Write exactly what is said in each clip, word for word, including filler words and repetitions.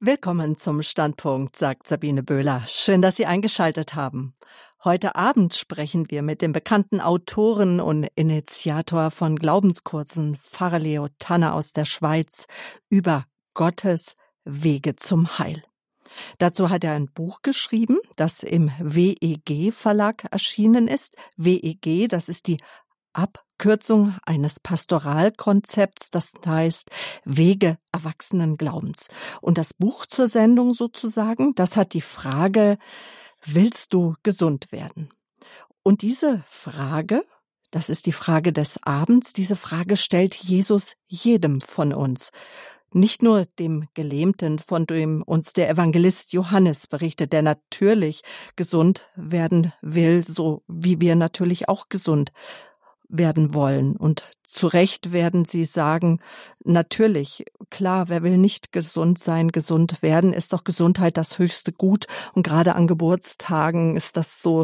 Willkommen zum Standpunkt, sagt Sabine Böhler. Schön, dass Sie eingeschaltet haben. Heute Abend sprechen wir mit dem bekannten Autoren und Initiator von Glaubenskursen, Pfarrer Leo Tanner aus der Schweiz, über Gottes Wege zum Heil. Dazu hat er ein Buch geschrieben, das im W E G Verlag erschienen ist. W E G, das ist die Abkürzung eines Pastoralkonzepts, das heißt Wege erwachsenen Glaubens. Und das Buch zur Sendung sozusagen, das hat die Frage: Willst du gesund werden? Und diese Frage, das ist die Frage des Abends, diese Frage stellt Jesus jedem von uns. Nicht nur dem Gelähmten, von dem uns der Evangelist Johannes berichtet, der natürlich gesund werden will, so wie wir natürlich auch gesund werden wollen. Und zu Recht werden Sie sagen, natürlich, klar, wer will nicht gesund sein, gesund werden, ist doch Gesundheit das höchste Gut. Und gerade an Geburtstagen ist das so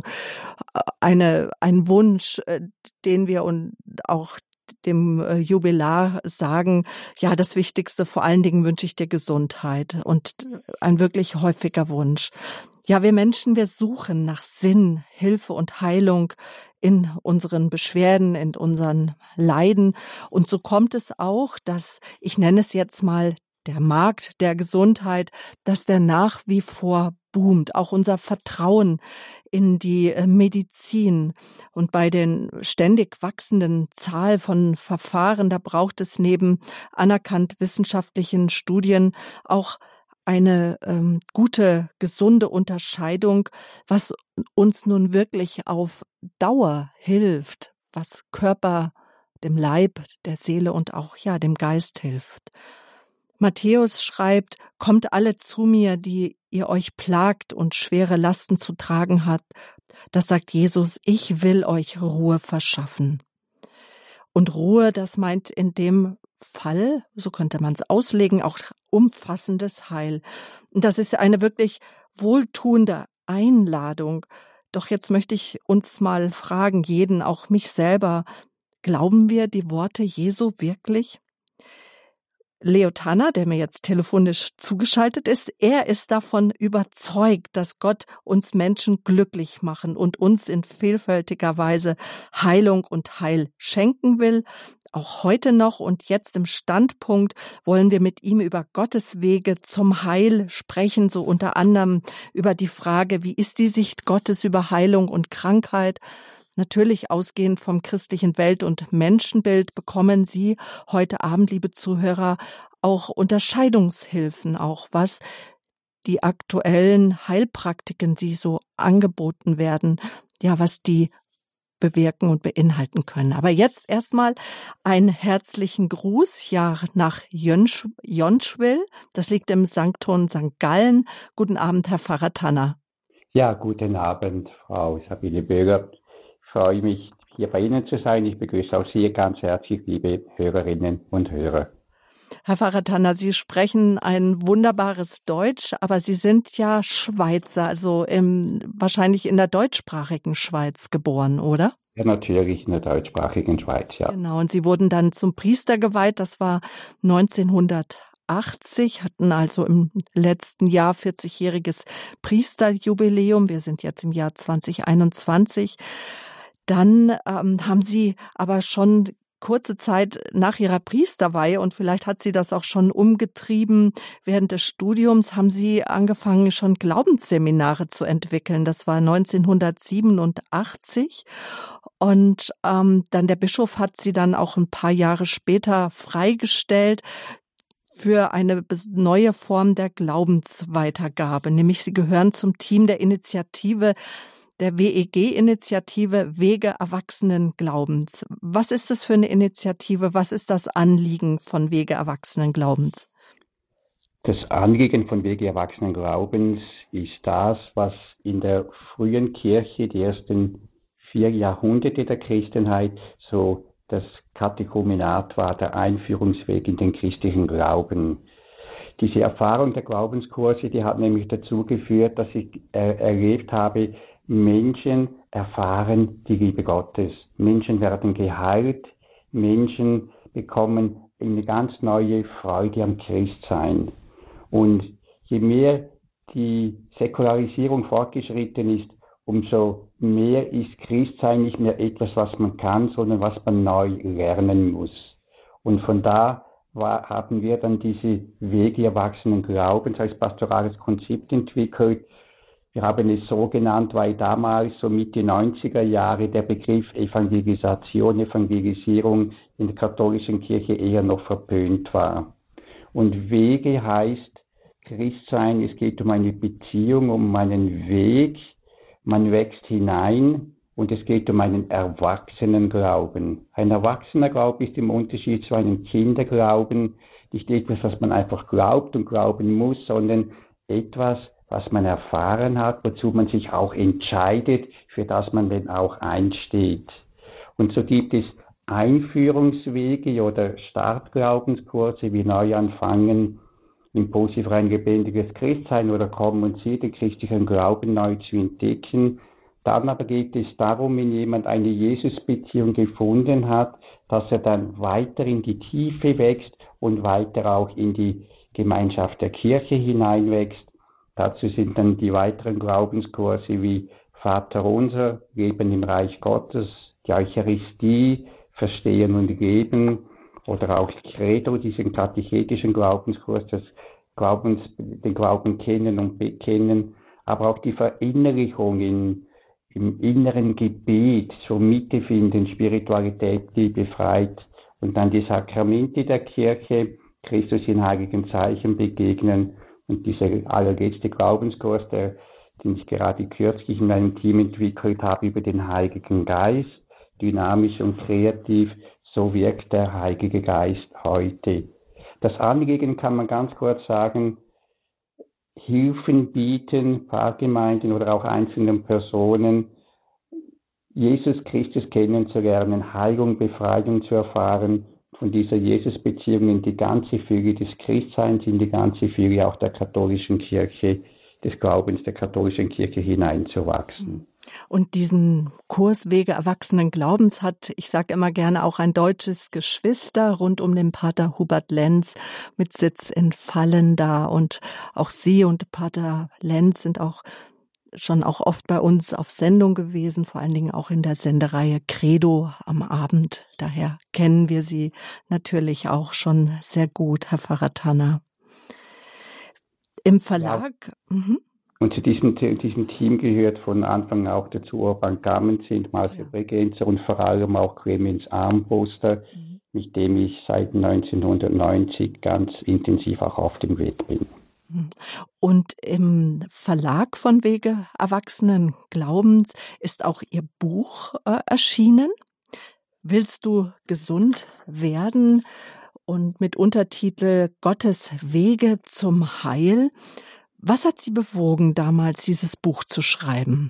eine, ein Wunsch, den wir und auch dem Jubilar sagen, ja, das Wichtigste, vor allen Dingen wünsche ich dir Gesundheit, und ein wirklich häufiger Wunsch. Ja, wir Menschen, wir suchen nach Sinn, Hilfe und Heilung in unseren Beschwerden, in unseren Leiden. Und so kommt es auch, dass, ich nenne es jetzt mal der Markt der Gesundheit, dass der nach wie vor boomt. Auch unser Vertrauen in die Medizin. Und bei den ständig wachsenden Zahl von Verfahren, da braucht es neben anerkannt wissenschaftlichen Studien auch eine ähm, gute, gesunde Unterscheidung, was uns nun wirklich auf Dauer hilft, was Körper, dem Leib, der Seele und auch ja dem Geist hilft. Matthäus schreibt: Kommt alle zu mir, die ihr euch plagt und schwere Lasten zu tragen habt. Das sagt Jesus: Ich will euch Ruhe verschaffen. Und Ruhe, das meint in dem Fall, so könnte man es auslegen, auch umfassendes Heil. Und das ist eine wirklich wohltuende Einladung. Doch jetzt möchte ich uns mal fragen, jeden, auch mich selber: Glauben wir die Worte Jesu wirklich? Leo Tanner, der mir jetzt telefonisch zugeschaltet ist, er ist davon überzeugt, dass Gott uns Menschen glücklich machen und uns in vielfältiger Weise Heilung und Heil schenken will. Auch heute noch und jetzt im Standpunkt wollen wir mit ihm über Gottes Wege zum Heil sprechen, so unter anderem über die Frage, wie ist die Sicht Gottes über Heilung und Krankheit? Natürlich ausgehend vom christlichen Welt- und Menschenbild bekommen Sie heute Abend, liebe Zuhörer, auch Unterscheidungshilfen, auch was die aktuellen Heilpraktiken, die so angeboten werden, ja, was die bewirken und beinhalten können. Aber jetzt erstmal einen herzlichen Gruß, ja, nach Jönsch, Jonschwil. Das liegt im Sankton Sankt Gallen. Guten Abend, Herr Pfarrer Tanner. Ja, guten Abend, Frau Sabine Böhler. Ich freue mich, hier bei Ihnen zu sein. Ich begrüße auch Sie ganz herzlich, liebe Hörerinnen und Hörer. Herr Pfarrer Tanner, Sie sprechen ein wunderbares Deutsch, aber Sie sind ja Schweizer, also im, wahrscheinlich in der deutschsprachigen Schweiz geboren, oder? Ja, natürlich in der deutschsprachigen Schweiz, ja. Genau, und Sie wurden dann zum Priester geweiht, das war neunzehnhundertachtzig, hatten also im letzten Jahr vierzigjähriges Priesterjubiläum. Wir sind jetzt im Jahr zwanzig einundzwanzig. Dann ähm, haben Sie aber schon kurze Zeit nach Ihrer Priesterweihe, und vielleicht hat Sie das auch schon umgetrieben, während des Studiums haben Sie angefangen, schon Glaubensseminare zu entwickeln. Das war neunzehnhundertsiebenundachtzig. Und ähm, dann der Bischof hat Sie dann auch ein paar Jahre später freigestellt für eine neue Form der Glaubensweitergabe. Nämlich Sie gehören zum Team der Initiative der W E G-Initiative Wege erwachsenen Glaubens. Was ist das für eine Initiative? Was ist das Anliegen von Wege erwachsenen Glaubens? Das Anliegen von Wege erwachsenen Glaubens ist das, was in der frühen Kirche, die ersten vier Jahrhunderte der Christenheit, so das Katechumenat war, der Einführungsweg in den christlichen Glauben. Diese Erfahrung der Glaubenskurse, die hat nämlich dazu geführt, dass ich äh, erlebt habe, Menschen erfahren die Liebe Gottes. Menschen werden geheilt. Menschen bekommen eine ganz neue Freude am Christsein. Und je mehr die Säkularisierung fortgeschritten ist, umso mehr ist Christsein nicht mehr etwas, was man kann, sondern was man neu lernen muss. Und von da war, haben wir dann diese Wege erwachsenen Glaubens als pastorales Konzept entwickelt. Wir haben es so genannt, weil damals, so Mitte neunziger Jahre, der Begriff Evangelisation, Evangelisierung in der katholischen Kirche eher noch verpönt war. Und Wege heißt Christsein, es geht um eine Beziehung, um einen Weg, man wächst hinein und es geht um einen erwachsenen Glauben. Ein erwachsener Glaube ist im Unterschied zu einem Kinderglauben nicht etwas, was man einfach glaubt und glauben muss, sondern etwas, was man erfahren hat, wozu man sich auch entscheidet, für das man denn auch einsteht. Und so gibt es Einführungswege oder Startglaubenskurse wie Neuanfangen, Impulsiv rein lebendiges Christsein oder Kommen und Sie, den christlichen Glauben neu zu entdecken. Dann aber geht es darum, wenn jemand eine Jesusbeziehung gefunden hat, dass er dann weiter in die Tiefe wächst und weiter auch in die Gemeinschaft der Kirche hineinwächst. Dazu sind dann die weiteren Glaubenskurse wie Vater unser, Leben im Reich Gottes, die Eucharistie, Verstehen und Geben oder auch Credo, diesen katechetischen Glaubenskurs, das Glaubens, den Glauben kennen und bekennen, aber auch die Verinnerlichung in, im inneren Gebet, so Mitte finden, Spiritualität, die befreit und dann die Sakramente der Kirche, Christus in heiligen Zeichen begegnen und dieser allerletzte Glaubenskurs, der, den ich gerade kürzlich in meinem Team entwickelt habe, über den Heiligen Geist, dynamisch und kreativ, so wirkt der Heilige Geist heute. Das Anliegen kann man ganz kurz sagen, Hilfen bieten, Pfarrgemeinden oder auch einzelnen Personen, Jesus Christus kennenzulernen, Heilung, Befreiung zu erfahren, von dieser Jesus-Beziehung in die ganze Fülle des Christseins, in die ganze Fülle auch der katholischen Kirche, des Glaubens der katholischen Kirche hineinzuwachsen. Und diesen Kurs Wege erwachsenen Glaubens hat, ich sage immer gerne, auch ein deutsches Geschwister rund um den Pater Hubert Lenz mit Sitz in Vallenda. Und auch Sie und Pater Lenz sind auch schon auch oft bei uns auf Sendung gewesen, vor allen Dingen auch in der Sendereihe Credo am Abend. Daher kennen wir Sie natürlich auch schon sehr gut, Herr Pfarrer Tanner. Im Verlag... Ja. Mhm. Und zu diesem, diesem Team gehört von Anfang auch dazu Urban Gamenzin, Marcel ja. Bregenzer und vor allem auch Clemens Armbruster, mhm. mit dem ich seit neunzehnhundertneunzig ganz intensiv auch auf dem Weg bin. Und im Verlag von Wege erwachsenen Glaubens ist auch Ihr Buch äh, erschienen. Willst du gesund werden? Und mit Untertitel Gottes Wege zum Heil. Was hat Sie bewogen, damals dieses Buch zu schreiben?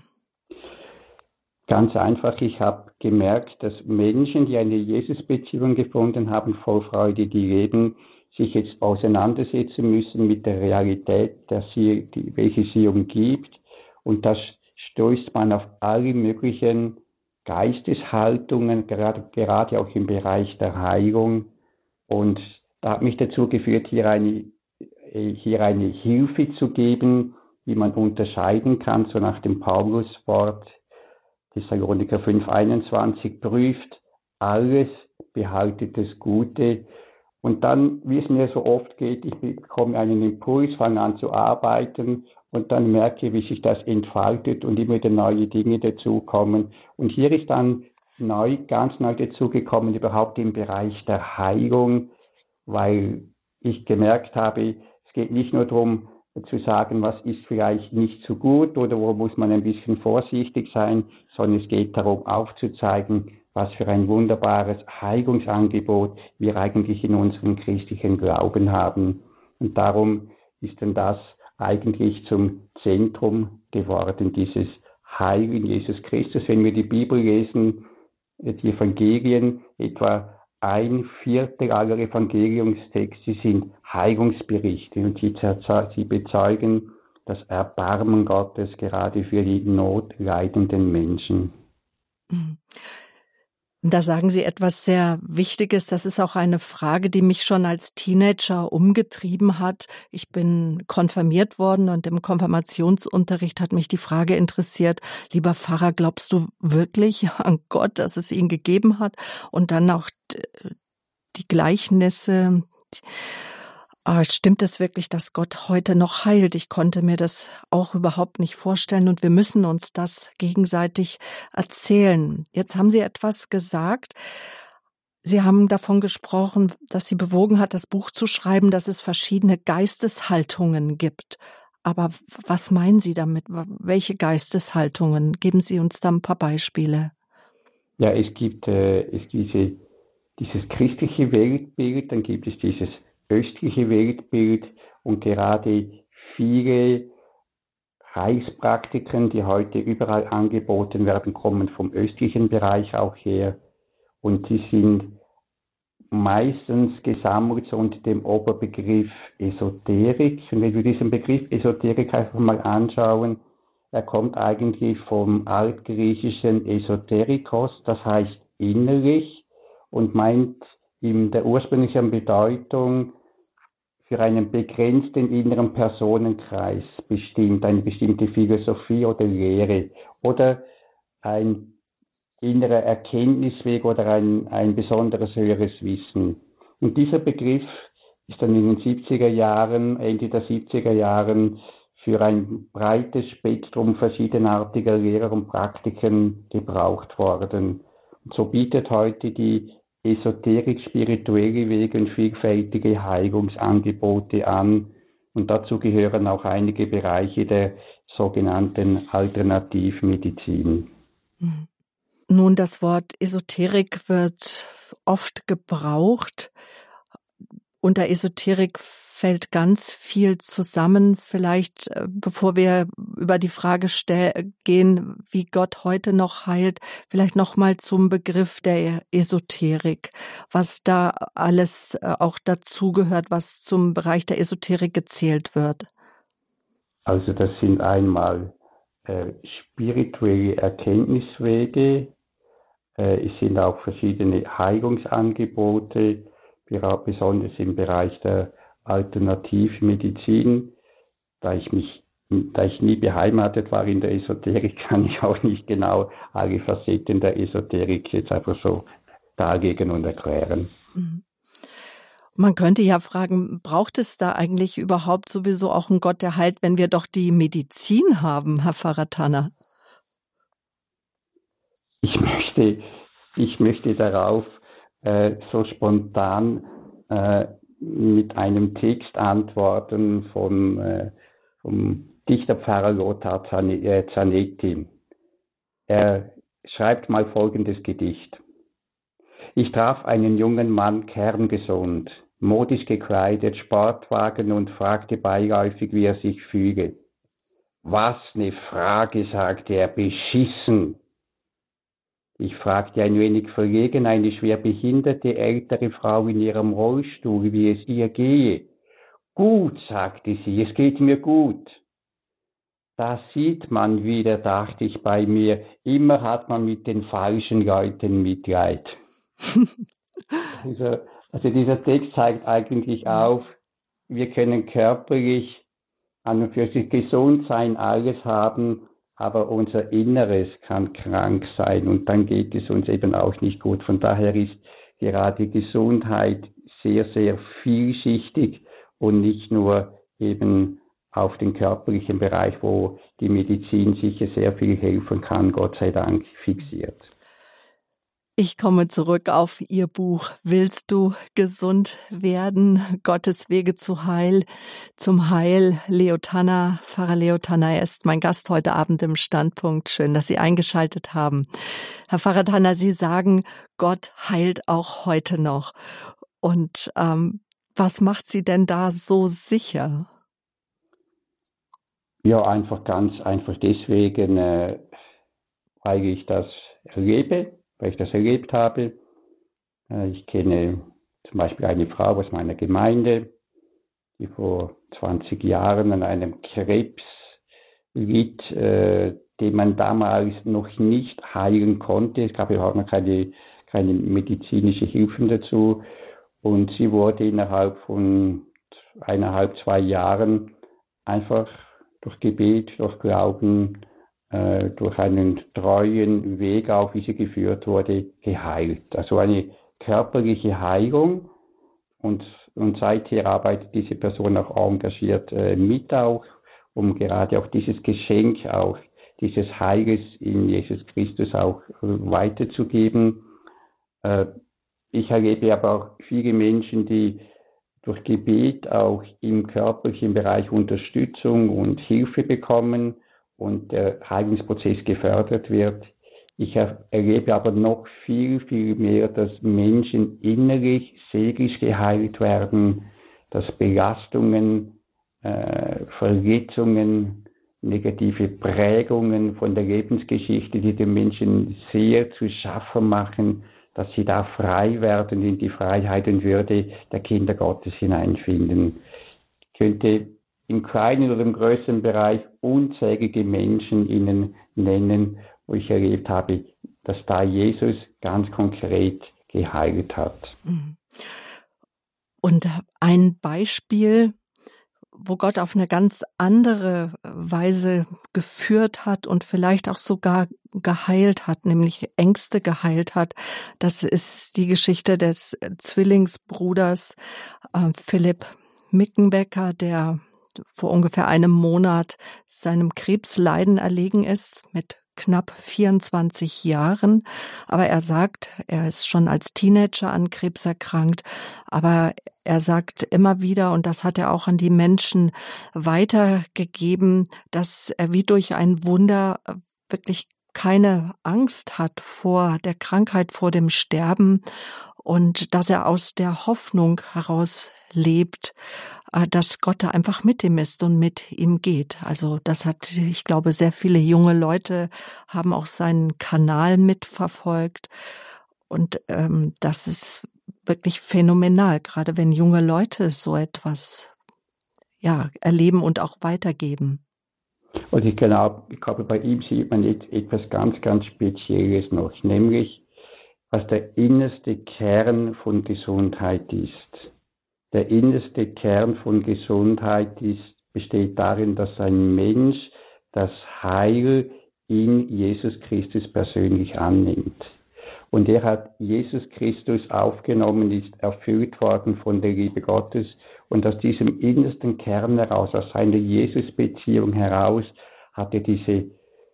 Ganz einfach, ich habe gemerkt, dass Menschen, die eine Jesus-Beziehung gefunden haben, voll Freude, die leben, sich jetzt auseinandersetzen müssen mit der Realität, dass sie, die, welche sie umgibt. Und das stößt man auf alle möglichen Geisteshaltungen, gerade, gerade auch im Bereich der Heilung. Und da hat mich dazu geführt, hier eine hier eine Hilfe zu geben, wie man unterscheiden kann, so nach dem Pauluswort, Thessaloniker fünf einundzwanzig, prüft alles, behaltet das Gute. Und dann, wie es mir so oft geht, ich bekomme einen Impuls, fange an zu arbeiten und dann merke, wie sich das entfaltet und immer wieder neue Dinge dazukommen. Und hier ist dann neu, ganz neu dazugekommen, überhaupt im Bereich der Heilung, weil ich gemerkt habe, es geht nicht nur darum, zu sagen, was ist vielleicht nicht so gut oder wo muss man ein bisschen vorsichtig sein, sondern es geht darum, aufzuzeigen, was für ein wunderbares Heilungsangebot wir eigentlich in unserem christlichen Glauben haben. Und darum ist dann das eigentlich zum Zentrum geworden, dieses Heil in Jesus Christus. Wenn wir die Bibel lesen, die Evangelien, etwa ein Viertel aller Evangeliumstexte sind Heilungsberichte und sie, sie bezeugen das Erbarmen Gottes gerade für die notleidenden Menschen. Da sagen Sie etwas sehr Wichtiges. Das ist auch eine Frage, die mich schon als Teenager umgetrieben hat. Ich bin konfirmiert worden und im Konfirmationsunterricht hat mich die Frage interessiert: Lieber Pfarrer, glaubst du wirklich an Gott, dass es ihn gegeben hat? Und dann auch die Gleichnisse. Ah, stimmt es wirklich, dass Gott heute noch heilt? Ich konnte mir das auch überhaupt nicht vorstellen und wir müssen uns das gegenseitig erzählen. Jetzt haben Sie etwas gesagt. Sie haben davon gesprochen, dass Sie bewogen hat, das Buch zu schreiben, dass es verschiedene Geisteshaltungen gibt. Aber was meinen Sie damit? Welche Geisteshaltungen? Geben Sie uns da ein paar Beispiele. Ja, es gibt, äh, es diese, dieses christliche Weltbild, dann gibt es dieses östliche Weltbild und gerade viele Heilspraktiken, die heute überall angeboten werden, kommen vom östlichen Bereich auch her und sie sind meistens gesammelt unter dem Oberbegriff Esoterik. Und wenn wir diesen Begriff Esoterik einfach mal anschauen, er kommt eigentlich vom altgriechischen Esoterikos, das heißt innerlich und meint in der ursprünglichen Bedeutung für einen begrenzten inneren Personenkreis bestimmt, eine bestimmte Philosophie oder Lehre oder ein innerer Erkenntnisweg oder ein, ein besonderes höheres Wissen. Und dieser Begriff ist dann in den siebziger Jahren, Ende der siebziger Jahren für ein breites Spektrum verschiedenartiger Lehrer und Praktiken gebraucht worden. Und so bietet heute die Esoterik spirituelle Wege und vielfältige Heilungsangebote an. Und dazu gehören auch einige Bereiche der sogenannten Alternativmedizin. Nun, das Wort Esoterik wird oft gebraucht. Unter Esoterik fällt ganz viel zusammen. Vielleicht, bevor wir über die Frage stell- gehen, wie Gott heute noch heilt, vielleicht noch mal zum Begriff der Esoterik, was da alles auch dazugehört, was zum Bereich der Esoterik gezählt wird. Also das sind einmal äh, spirituelle Erkenntniswege, äh, es sind auch verschiedene Heilungsangebote, besonders im Bereich der Alternativmedizin. Da ich mich, da ich nie beheimatet war in der Esoterik, kann ich auch nicht genau alle Facetten der Esoterik jetzt einfach so darlegen und erklären. Man könnte ja fragen, braucht es da eigentlich überhaupt sowieso auch einen Gott, der heilt, wenn wir doch die Medizin haben, Herr Pfarrer Tanner? Ich möchte, ich möchte darauf äh, so spontan äh, mit einem Text antworten von, äh, vom Dichterpfarrer Lothar Zanetti. Er schreibt mal folgendes Gedicht. Ich traf einen jungen Mann kerngesund, modisch gekleidet, Sportwagen und fragte beiläufig, wie er sich fühle. Was ne Frage, sagte er, beschissen. Ich fragte ein wenig verlegen eine schwer behinderte ältere Frau in ihrem Rollstuhl, wie es ihr gehe. Gut, sagte sie, es geht mir gut. Da sieht man wieder, dachte ich bei mir, immer hat man mit den falschen Leuten Mitleid. also, also dieser Text zeigt eigentlich auf, wir können körperlich an und für sich gesund sein, alles haben, aber unser Inneres kann krank sein und dann geht es uns eben auch nicht gut. Von daher ist gerade Gesundheit sehr, sehr vielschichtig und nicht nur eben auf den körperlichen Bereich, wo die Medizin sicher sehr viel helfen kann, Gott sei Dank, fixiert. Ich komme zurück auf Ihr Buch Willst du gesund werden? Gottes Wege zu Heil, zum Heil. Leo Tanner, Pfarrer Leo Tanner, er ist mein Gast heute Abend im Standpunkt. Schön, dass Sie eingeschaltet haben. Herr Pfarrer Tanner, Sie sagen, Gott heilt auch heute noch. Und ähm, was macht Sie denn da so sicher? Ja, einfach ganz einfach deswegen, äh, weil ich das erlebe. weil ich das erlebt habe. Ich kenne zum Beispiel eine Frau aus meiner Gemeinde, die vor zwanzig Jahren an einem Krebs litt, äh, den man damals noch nicht heilen konnte. Es gab überhaupt noch keine, keine medizinische Hilfen dazu. Und sie wurde innerhalb von eineinhalb, zwei Jahren einfach durch Gebet, durch Glauben, äh, durch einen treuen Weg, auf wie sie geführt wurde, geheilt. Also eine körperliche Heilung. Und, und seither arbeitet diese Person auch engagiert äh, mit auch, um gerade auch dieses Geschenk auch, dieses Heiles in Jesus Christus auch äh, weiterzugeben. Äh, ich erlebe aber auch viele Menschen, die durch Gebet auch im körperlichen Bereich Unterstützung und Hilfe bekommen und der Heilungsprozess gefördert wird. Ich erlebe aber noch viel, viel mehr, dass Menschen innerlich, seelisch geheilt werden, dass Belastungen, äh, Verletzungen, negative Prägungen von der Lebensgeschichte, die den Menschen sehr zu schaffen machen, dass sie da frei werden, in die Freiheit und Würde der Kinder Gottes hineinfinden. Ich könnte im kleinen oder im größeren Bereich unzählige Menschen Ihnen nennen, wo ich erlebt habe, dass da Jesus ganz konkret geheilt hat. Und ein Beispiel, wo Gott auf eine ganz andere Weise geführt hat und vielleicht auch sogar geheilt hat, nämlich Ängste geheilt hat. Das ist die Geschichte des Zwillingsbruders äh, Philipp Mickenbecker, der vor ungefähr einem Monat seinem Krebsleiden erlegen ist mit knapp vierundzwanzig Jahren. Aber er sagt, er ist schon als Teenager an Krebs erkrankt, aber er sagt immer wieder, und das hat er auch an die Menschen weitergegeben, dass er wie durch ein Wunder wirklich keine Angst hat vor der Krankheit, vor dem Sterben und dass er aus der Hoffnung heraus lebt, dass Gott da einfach mit ihm ist und mit ihm geht. Also das hat, ich glaube, sehr viele junge Leute haben auch seinen Kanal mitverfolgt und ähm, das ist wirklich phänomenal, gerade wenn junge Leute so etwas ja erleben und auch weitergeben. Und ich glaube, ich glaube, bei ihm sieht man jetzt etwas ganz, ganz Spezielles noch, nämlich was der innerste Kern von Gesundheit ist. Der innerste Kern von Gesundheit ist, besteht darin, dass ein Mensch das Heil in Jesus Christus persönlich annimmt. Und er hat Jesus Christus aufgenommen, ist erfüllt worden von der Liebe Gottes. Und aus diesem innersten Kern heraus, aus seiner Jesus-Beziehung heraus, hat er diese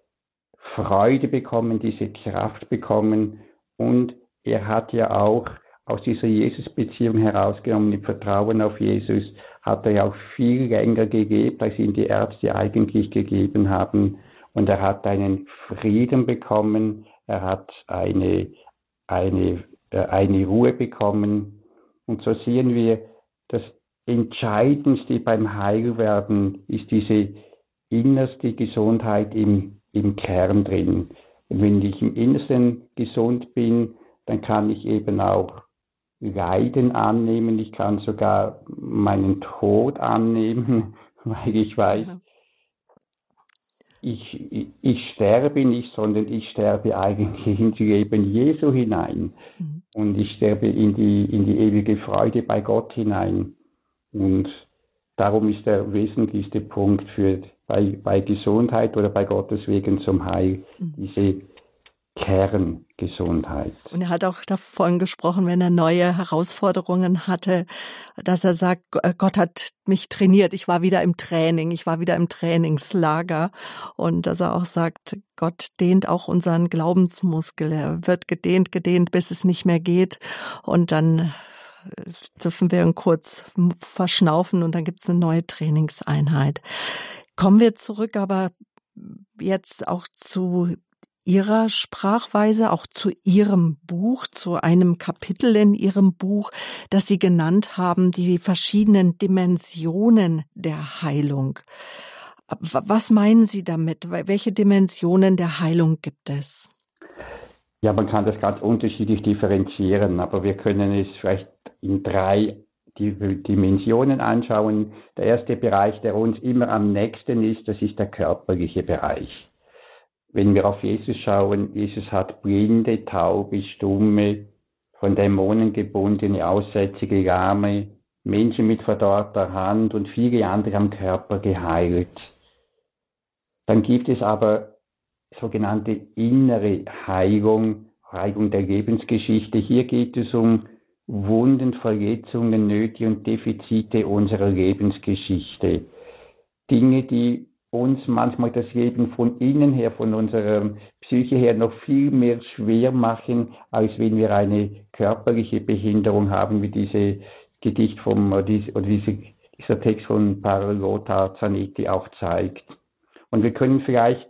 Freude bekommen, diese Kraft bekommen. Und er hat ja auch aus dieser Jesus-Beziehung herausgenommen, im Vertrauen auf Jesus, hat er ja auch viel länger gelebt, als ihm die Ärzte eigentlich gegeben haben. Und er hat einen Frieden bekommen, er hat eine, eine, äh, eine Ruhe bekommen. Und so sehen wir, das Entscheidendste beim Heilwerden ist diese innerste Gesundheit im, im Kern drin. Und wenn ich im Innersten gesund bin, dann kann ich eben auch Leiden annehmen, ich kann sogar meinen Tod annehmen, weil ich weiß, ja. ich, ich, ich sterbe nicht, sondern ich sterbe eigentlich ins Leben Jesu hinein. Mhm. Und ich sterbe in die, in die ewige Freude bei Gott hinein. Und darum ist der wesentlichste Punkt für, bei, bei Gesundheit oder bei Gottes Wegen zum Heil, mhm. diese Kerngesundheit. Und er hat auch davon gesprochen, wenn er neue Herausforderungen hatte, dass er sagt, Gott hat mich trainiert, ich war wieder im Training, ich war wieder im Trainingslager. Und dass er auch sagt, Gott dehnt auch unseren Glaubensmuskel, er wird gedehnt, gedehnt, bis es nicht mehr geht. Und dann dürfen wir ihn kurz verschnaufen und dann gibt es eine neue Trainingseinheit. Kommen wir zurück aber jetzt auch zu Ihrer Sprachweise, auch zu Ihrem Buch, zu einem Kapitel in Ihrem Buch, das Sie genannt haben, die verschiedenen Dimensionen der Heilung. Was meinen Sie damit? Welche Dimensionen der Heilung gibt es? Ja, man kann das ganz unterschiedlich differenzieren, aber wir können es vielleicht in drei Dimensionen anschauen. Der erste Bereich, der uns immer am nächsten ist, das ist der körperliche Bereich. wenn wir auf Jesus schauen, Jesus hat Blinde, Taube, Stumme, von Dämonen gebundene, aussätzige, Lahme, Menschen mit verdorrter Hand und viele andere am Körper geheilt. Dann gibt es aber sogenannte innere Heilung, Heilung der Lebensgeschichte. Hier geht es um Wunden, Verletzungen, Nöte und Defizite unserer Lebensgeschichte. Dinge, die uns manchmal das Leben von innen her, von unserer Psyche her noch viel mehr schwer machen, als wenn wir eine körperliche Behinderung haben, wie diese Gedicht vom, oder diese, dieser Text von Paralotta Zanetti auch zeigt. Und wir können vielleicht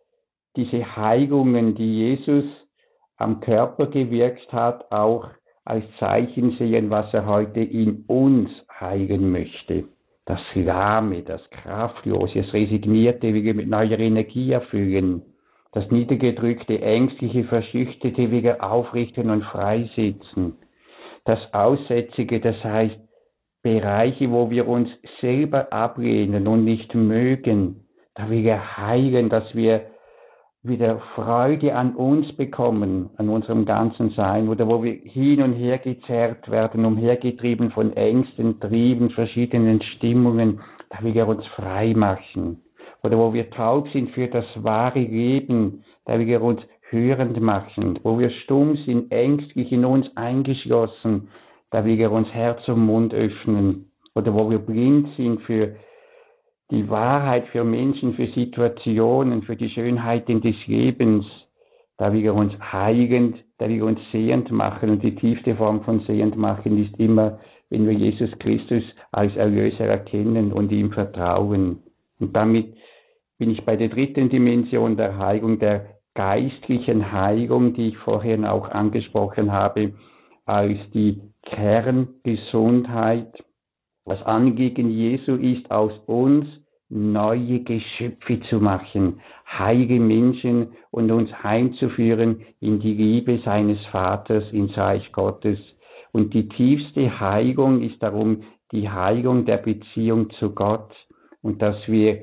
diese Heilungen, die Jesus am Körper gewirkt hat, auch als Zeichen sehen, was er heute in uns heilen möchte. Das Lahme, das Kraftlose, das Resignierte wieder mit neuer Energie erfüllen, das Niedergedrückte, Ängstliche, Verschüchterte wieder aufrichten und freisetzen, das Aussätzige, das heißt Bereiche, wo wir uns selber ablehnen und nicht mögen, da wieder heilen, dass wir wieder Freude an uns bekommen, an unserem ganzen Sein, oder wo wir hin und her gezerrt werden, umhergetrieben von Ängsten, Trieben, verschiedenen Stimmungen, da wir uns frei machen. Oder wo wir taub sind für das wahre Leben, da wir uns hörend machen. Wo wir stumm sind, ängstlich in uns eingeschlossen, da wir uns Herz und Mund öffnen. Oder wo wir blind sind für die Wahrheit, für Menschen, für Situationen, für die Schönheiten des Lebens, da wir uns heilend, da wir uns sehend machen. Und die tiefste Form von sehend machen ist immer, wenn wir Jesus Christus als Erlöser erkennen und ihm vertrauen. Und damit bin ich bei der dritten Dimension der Heilung, der geistlichen Heilung, die ich vorhin auch angesprochen habe, als die Kerngesundheit. Das Anliegen Jesu ist, aus uns neue Geschöpfe zu machen, heilige Menschen und uns heimzuführen in die Liebe seines Vaters, ins Reich Gottes. Und die tiefste Heilung ist darum die Heilung der Beziehung zu Gott und dass wir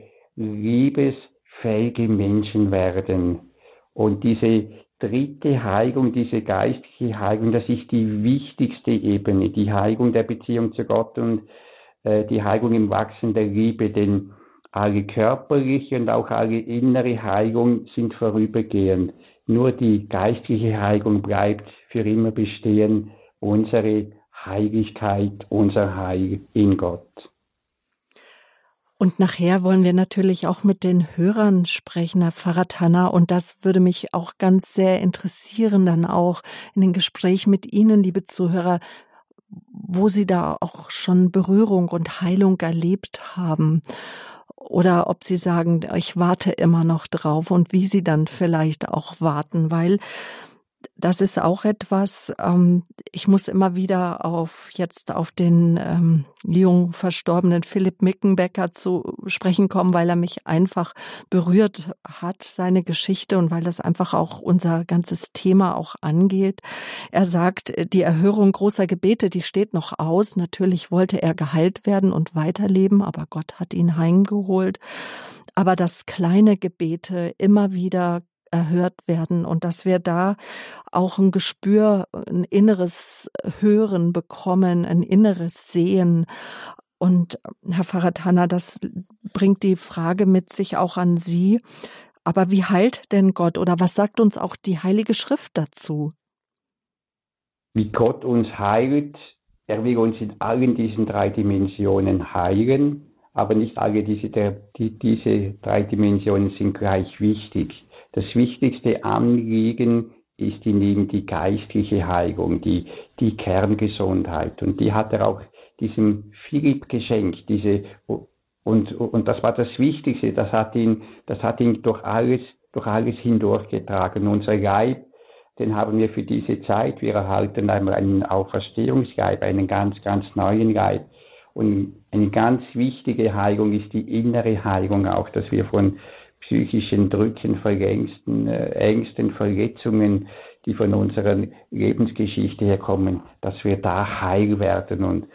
liebesfähige Menschen werden. Und diese dritte Heilung, diese geistliche Heilung, das ist die wichtigste Ebene, die Heilung der Beziehung zu Gott und äh, die Heilung im Wachsen der Liebe, denn alle körperliche und auch alle innere Heilung sind vorübergehend. Nur die geistliche Heilung bleibt für immer bestehen, unsere Heiligkeit, unser Heil in Gott. Und nachher wollen wir natürlich auch mit den Hörern sprechen, Herr Pfarrer Tanner. Und das würde mich auch ganz sehr interessieren, dann auch in den Gesprächen mit Ihnen, liebe Zuhörer, wo Sie da auch schon Berührung und Heilung erlebt haben. Oder ob Sie sagen, ich warte immer noch drauf und wie Sie dann vielleicht auch warten, weil das ist auch etwas, ähm, ich muss immer wieder auf jetzt auf den ähm, jung verstorbenen Philipp Mickenbecker zu sprechen kommen, weil er mich einfach berührt hat, seine Geschichte, und weil das einfach auch unser ganzes Thema auch angeht. Er sagt, die Erhörung großer Gebete, die steht noch aus. Natürlich wollte er geheilt werden und weiterleben, aber Gott hat ihn heimgeholt. Aber dass kleine Gebete immer wieder erhört werden und dass wir da auch ein Gespür, ein inneres Hören bekommen, ein inneres Sehen. Und Herr Pfarrer Tanner, das bringt die Frage mit sich auch an Sie. Aber wie heilt denn Gott oder was sagt uns auch die Heilige Schrift dazu? Wie Gott uns heilt, er will uns in allen diesen drei Dimensionen heilen, aber nicht alle diese, der, die, diese drei Dimensionen sind gleich wichtig. Das wichtigste Anliegen ist in ihm die geistliche Heilung, die, die Kerngesundheit. Und die hat er auch diesem Philipp geschenkt. Diese, und, und das war das Wichtigste, das hat ihn, das hat ihn durch alles, durch alles hindurchgetragen. Unser Leib, den haben wir für diese Zeit, wir erhalten einmal einen Auferstehungsleib, einen ganz, ganz neuen Leib. Und eine ganz wichtige Heilung ist die innere Heilung auch, dass wir von psychischen Drücken, Verlängsten, äh, Ängsten, Verletzungen, die von unserer Lebensgeschichte herkommen, dass wir da heil werden. Und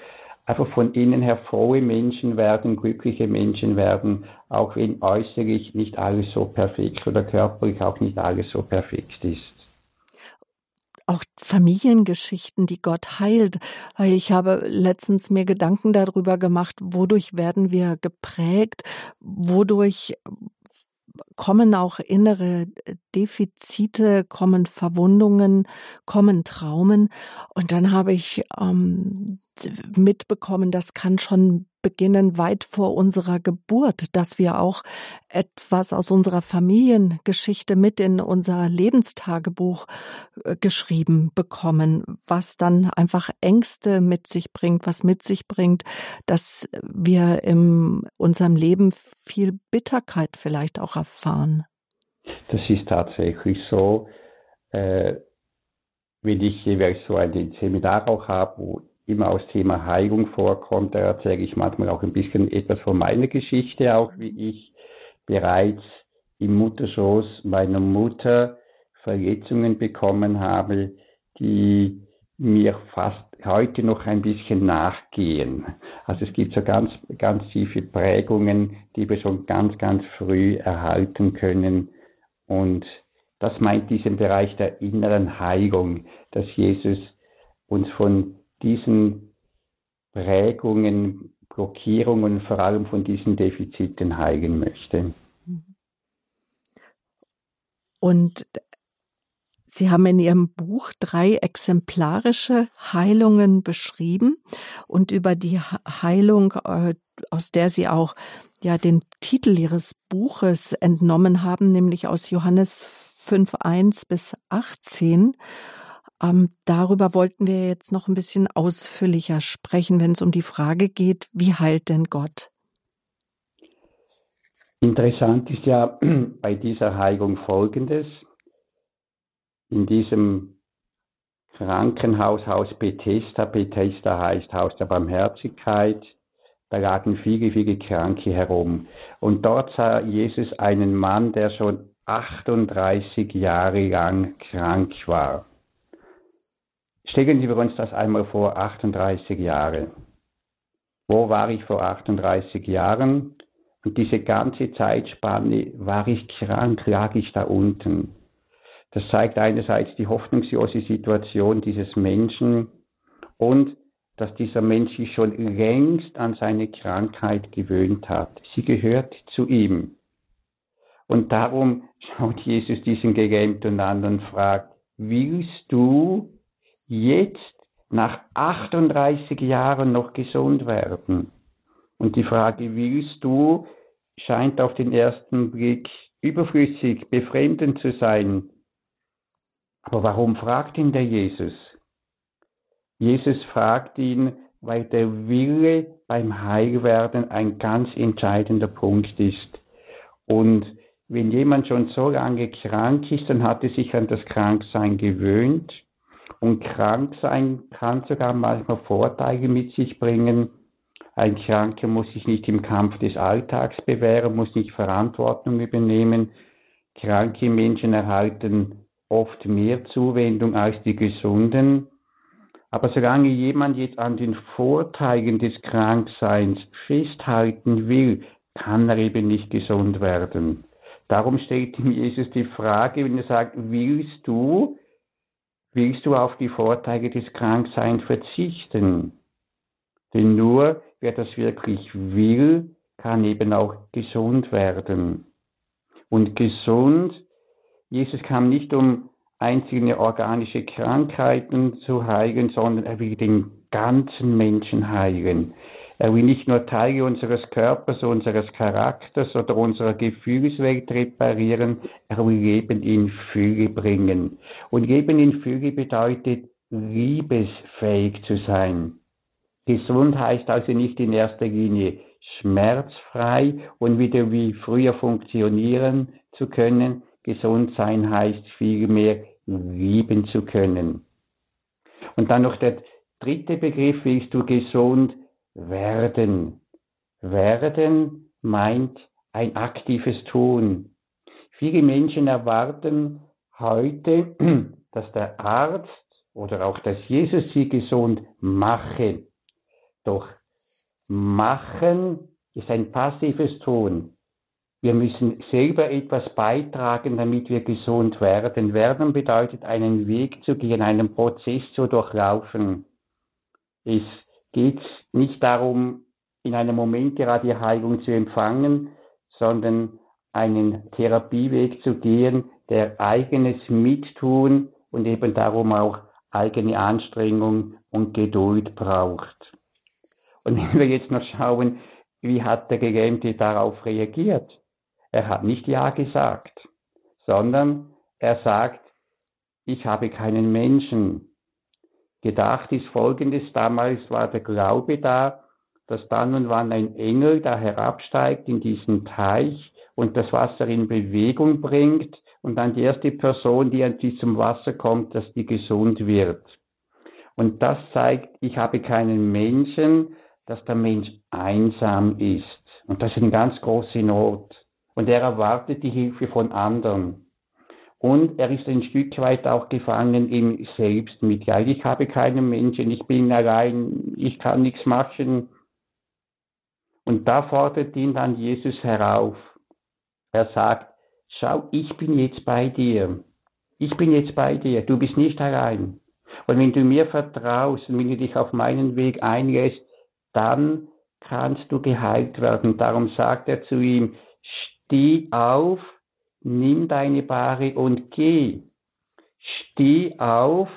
einfach von innen her frohe Menschen werden, glückliche Menschen werden, auch wenn äußerlich nicht alles so perfekt oder körperlich auch nicht alles so perfekt ist. Auch Familiengeschichten, die Gott heilt. Weil ich habe letztens mir Gedanken darüber gemacht, wodurch werden wir geprägt, wodurch kommen auch innere Defizite, kommen Verwundungen, kommen Traumen. Und dann habe ich ähm, mitbekommen, das kann schon beginnen weit vor unserer Geburt, dass wir auch etwas aus unserer Familiengeschichte mit in unser Lebenstagebuch äh, geschrieben bekommen, was dann einfach Ängste mit sich bringt, was mit sich bringt, dass wir in unserem Leben viel Bitterkeit vielleicht auch erfahren. Das ist tatsächlich so. Äh, wenn ich jeweils so ein Seminar auch habe, wo immer auch das Thema Heilung vorkommt, da erzähle ich manchmal auch ein bisschen etwas von meiner Geschichte, auch wie ich bereits im Mutterschoß meiner Mutter Verletzungen bekommen habe, die mir fast heute noch ein bisschen nachgehen. Also es gibt so ganz, ganz tiefe Prägungen, die wir schon ganz, ganz früh erhalten können. Und das meint diesen Bereich der inneren Heilung, dass Jesus uns von diesen Prägungen, Blockierungen, vor allem von diesen Defiziten heilen möchte. Und Sie haben in Ihrem Buch drei exemplarische Heilungen beschrieben und über die Heilung, aus der Sie auch ja den Titel Ihres Buches entnommen haben, nämlich aus Johannes fünf, eins bis achtzehn. Ähm, darüber wollten wir jetzt noch ein bisschen ausführlicher sprechen, wenn es um die Frage geht, wie heilt denn Gott? Interessant ist ja bei dieser Heilung Folgendes. In diesem Krankenhaus, Haus Bethesda, Bethesda heißt Haus der Barmherzigkeit, da lagen viele, viele Kranke herum. Und dort sah Jesus einen Mann, der schon achtunddreißig Jahre lang krank war. Stellen wir uns das einmal vor, achtunddreißig Jahre. Wo war ich vor achtunddreißig Jahren? Und diese ganze Zeitspanne war ich krank, lag ich da unten. Das zeigt einerseits die hoffnungslose Situation dieses Menschen und dass dieser Mensch sich schon längst an seine Krankheit gewöhnt hat. Sie gehört zu ihm. Und darum schaut Jesus diesen Gelähmten an und fragt, willst du jetzt nach achtunddreißig Jahren noch gesund werden? Und die Frage, willst du, scheint auf den ersten Blick überflüssig, befremdend zu sein. Aber warum fragt ihn der Jesus? Jesus fragt ihn, weil der Wille beim Heilwerden ein ganz entscheidender Punkt ist. Und wenn jemand schon so lange krank ist, dann hat er sich an das Kranksein gewöhnt. Und Kranksein kann sogar manchmal Vorteile mit sich bringen. Ein Kranker muss sich nicht im Kampf des Alltags bewähren, muss nicht Verantwortung übernehmen. Kranke Menschen erhalten oft mehr Zuwendung als die Gesunden. Aber solange jemand jetzt an den Vorteilen des Krankseins festhalten will, kann er eben nicht gesund werden. Darum stellt ihm Jesus die Frage, wenn er sagt, willst du, willst du auf die Vorteile des Krankseins verzichten? Denn nur wer das wirklich will, kann eben auch gesund werden. Und gesund, Jesus kam nicht, um einzelne organische Krankheiten zu heilen, sondern er will den ganzen Menschen heilen. Er will nicht nur Teile unseres Körpers, unseres Charakters oder unserer Gefühlswelt reparieren, er will Leben in Fülle bringen. Und Leben in Fülle bedeutet, liebesfähig zu sein. Gesund heißt also nicht in erster Linie schmerzfrei und wieder wie früher funktionieren zu können. Gesund sein heißt vielmehr lieben zu können. Und dann noch der dritte Begriff, willst du gesund werden. Werden meint ein aktives Tun. Viele Menschen erwarten heute, dass der Arzt oder auch dass Jesus sie gesund mache. Doch Machen ist ein passives Tun. Wir müssen selber etwas beitragen, damit wir gesund werden. Werden bedeutet, einen Weg zu gehen, einen Prozess zu durchlaufen. Es geht nicht darum, in einem Moment gerade die Heilung zu empfangen, sondern einen Therapieweg zu gehen, der eigenes Mittun und eben darum auch eigene Anstrengung und Geduld braucht. Und wenn wir jetzt noch schauen, wie hat der Gelähmte darauf reagiert? Er hat nicht Ja gesagt, sondern er sagt, ich habe keinen Menschen. Gedacht ist Folgendes, damals war der Glaube da, dass dann und wann ein Engel da herabsteigt in diesen Teich und das Wasser in Bewegung bringt und dann die erste Person, die an diesem Wasser kommt, dass die gesund wird. Und das zeigt, ich habe keinen Menschen, dass der Mensch einsam ist. Und das ist eine ganz große Not. Und er erwartet die Hilfe von anderen. Und er ist ein Stück weit auch gefangen im Selbstmitleid. Ich habe keinen Menschen, ich bin allein, ich kann nichts machen. Und da fordert ihn dann Jesus herauf. Er sagt, schau, ich bin jetzt bei dir. Ich bin jetzt bei dir, du bist nicht allein. Und wenn du mir vertraust und wenn du dich auf meinen Weg einlässt, dann kannst du geheilt werden. Darum sagt er zu ihm, steh auf, nimm deine Bahre und geh. Steh auf.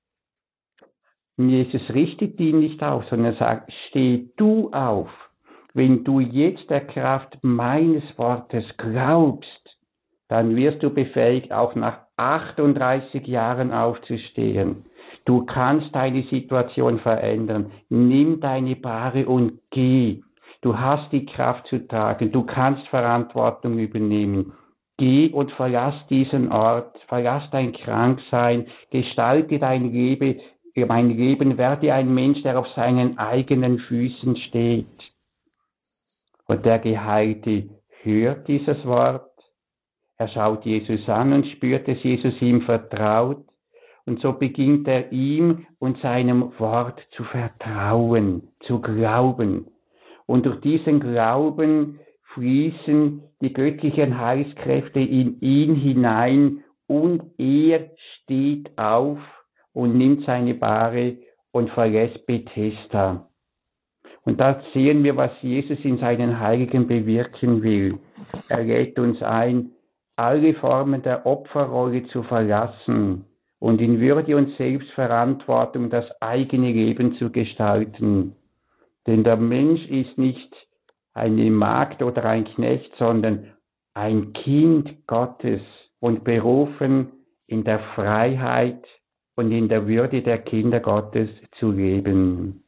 Jesus richtet ihn nicht auf, sondern er sagt, steh du auf. Wenn du jetzt der Kraft meines Wortes glaubst, dann wirst du befähigt, auch nach achtunddreißig Jahren aufzustehen. Du kannst deine Situation verändern. Nimm deine Bahre und geh. Du hast die Kraft zu tragen. Du kannst Verantwortung übernehmen. Geh und verlass diesen Ort. Verlass dein Kranksein. Gestalte dein Leben. Mein Leben, werde ein Mensch, der auf seinen eigenen Füßen steht. Und der Geheilte hört dieses Wort. Er schaut Jesus an und spürt, dass Jesus ihm vertraut. Und so beginnt er ihm und seinem Wort zu vertrauen, zu glauben. Und durch diesen Glauben fließen die göttlichen Heilskräfte in ihn hinein und er steht auf und nimmt seine Bahre und verlässt Bethesda. Und da sehen wir, was Jesus in seinen Heiligen bewirken will. Er lädt uns ein, alle Formen der Opferrolle zu verlassen und in Würde und Selbstverantwortung das eigene Leben zu gestalten. Denn der Mensch ist nicht eine Magd oder ein Knecht, sondern ein Kind Gottes und berufen, in der Freiheit und in der Würde der Kinder Gottes zu leben.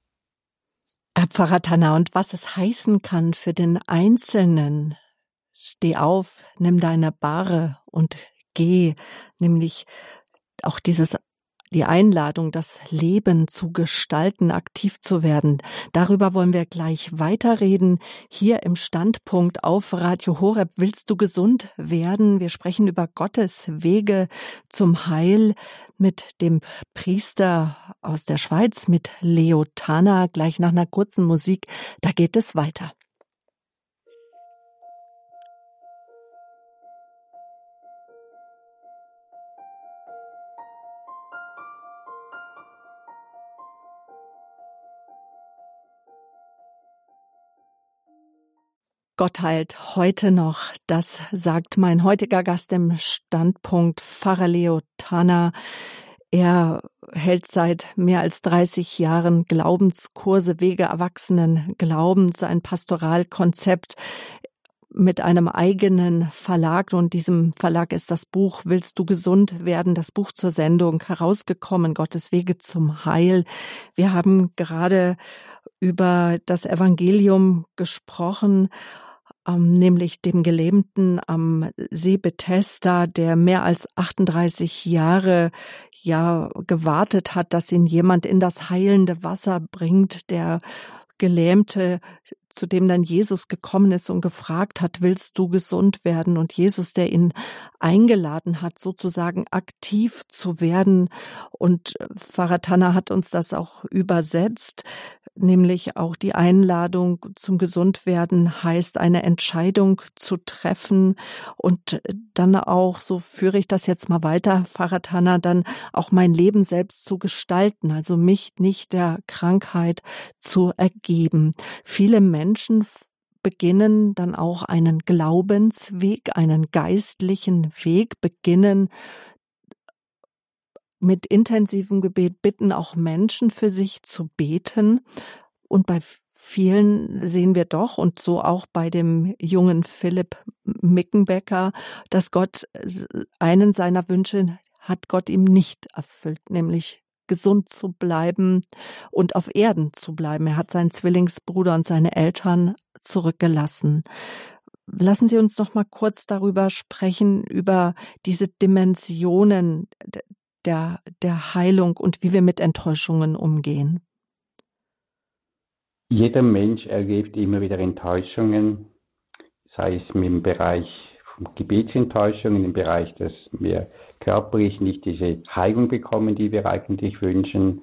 Herr Pfarrer Tanner, und was es heißen kann für den Einzelnen, steh auf, nimm deine Bahre und geh, nämlich auch dieses, die Einladung, das Leben zu gestalten, aktiv zu werden. Darüber wollen wir gleich weiterreden. Hier im Standpunkt auf Radio Horeb. Willst du gesund werden? Wir sprechen über Gottes Wege zum Heil mit dem Priester aus der Schweiz, mit Leo Tanner. Gleich nach einer kurzen Musik, da geht es weiter. Gott heilt heute noch, das sagt mein heutiger Gast im Standpunkt, Pfarrer Leo Tanner. Er hält seit mehr als dreißig Jahren Glaubenskurse, Wege erwachsenen Glaubens, ein Pastoralkonzept mit einem eigenen Verlag. Und diesem Verlag ist das Buch Willst du gesund werden? Das Buch zur Sendung herausgekommen, Gottes Wege zum Heil. Wir haben gerade über das Evangelium gesprochen, ähm, nämlich dem Gelähmten am See Bethesda, der mehr als achtunddreißig Jahre ja gewartet hat, dass ihn jemand in das heilende Wasser bringt, der Gelähmte, zu dem dann Jesus gekommen ist und gefragt hat, willst du gesund werden? Und Jesus, der ihn eingeladen hat, sozusagen aktiv zu werden. Und Pfarrer Tanner hat uns das auch übersetzt. nämlich auch die Einladung zum Gesundwerden heißt, eine Entscheidung zu treffen und dann auch, so führe ich das jetzt mal weiter, Pfarrer Tanner, dann auch mein Leben selbst zu gestalten, also mich nicht der Krankheit zu ergeben. Viele Menschen beginnen dann auch einen Glaubensweg, einen geistlichen Weg, beginnen mit intensivem Gebet, bitten auch Menschen für sich zu beten. Und bei vielen sehen wir doch, und so auch bei dem jungen Philipp Mickenbecker, dass Gott einen seiner Wünsche hat Gott ihm nicht erfüllt, nämlich gesund zu bleiben und auf Erden zu bleiben. Er hat seinen Zwillingsbruder und seine Eltern zurückgelassen. Lassen Sie uns noch mal kurz darüber sprechen, über diese Dimensionen der, der Heilung und wie wir mit Enttäuschungen umgehen. Jeder Mensch erlebt immer wieder Enttäuschungen, sei es im Bereich von Gebetsenttäuschungen, im Bereich, dass wir körperlich nicht diese Heilung bekommen, die wir eigentlich wünschen.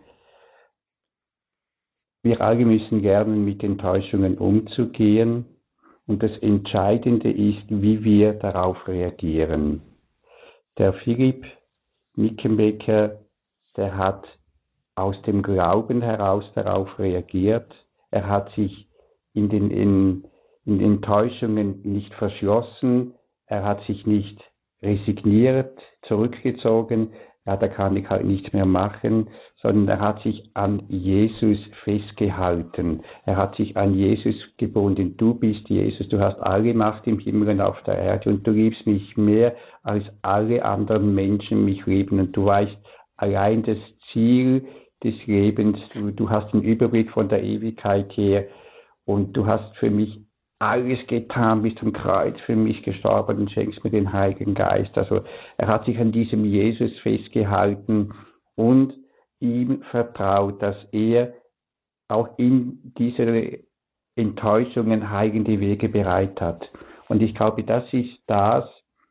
Wir alle müssen lernen, mit Enttäuschungen umzugehen. Und das Entscheidende ist, wie wir darauf reagieren. Der Philipp Mickenbecker, der hat aus dem Glauben heraus darauf reagiert. Er hat sich in den, in, in den Enttäuschungen nicht verschlossen. Er hat sich nicht resigniert, zurückgezogen. Ja, da kann ich halt nichts mehr machen, sondern er hat sich an Jesus festgehalten. Er hat sich an Jesus gebunden. Du bist Jesus, du hast alle Macht im Himmel und auf der Erde und du liebst mich mehr als alle anderen Menschen mich lieben und du weißt allein das Ziel des Lebens. Du, du hast den Überblick von der Ewigkeit her und du hast für mich alles getan, bis zum Kreuz für mich gestorben und schenkst mir den Heiligen Geist. Also er hat sich an diesem Jesus festgehalten und ihm vertraut, dass er auch in dieser Enttäuschungen heilende Wege bereit hat. Und ich glaube, das ist das,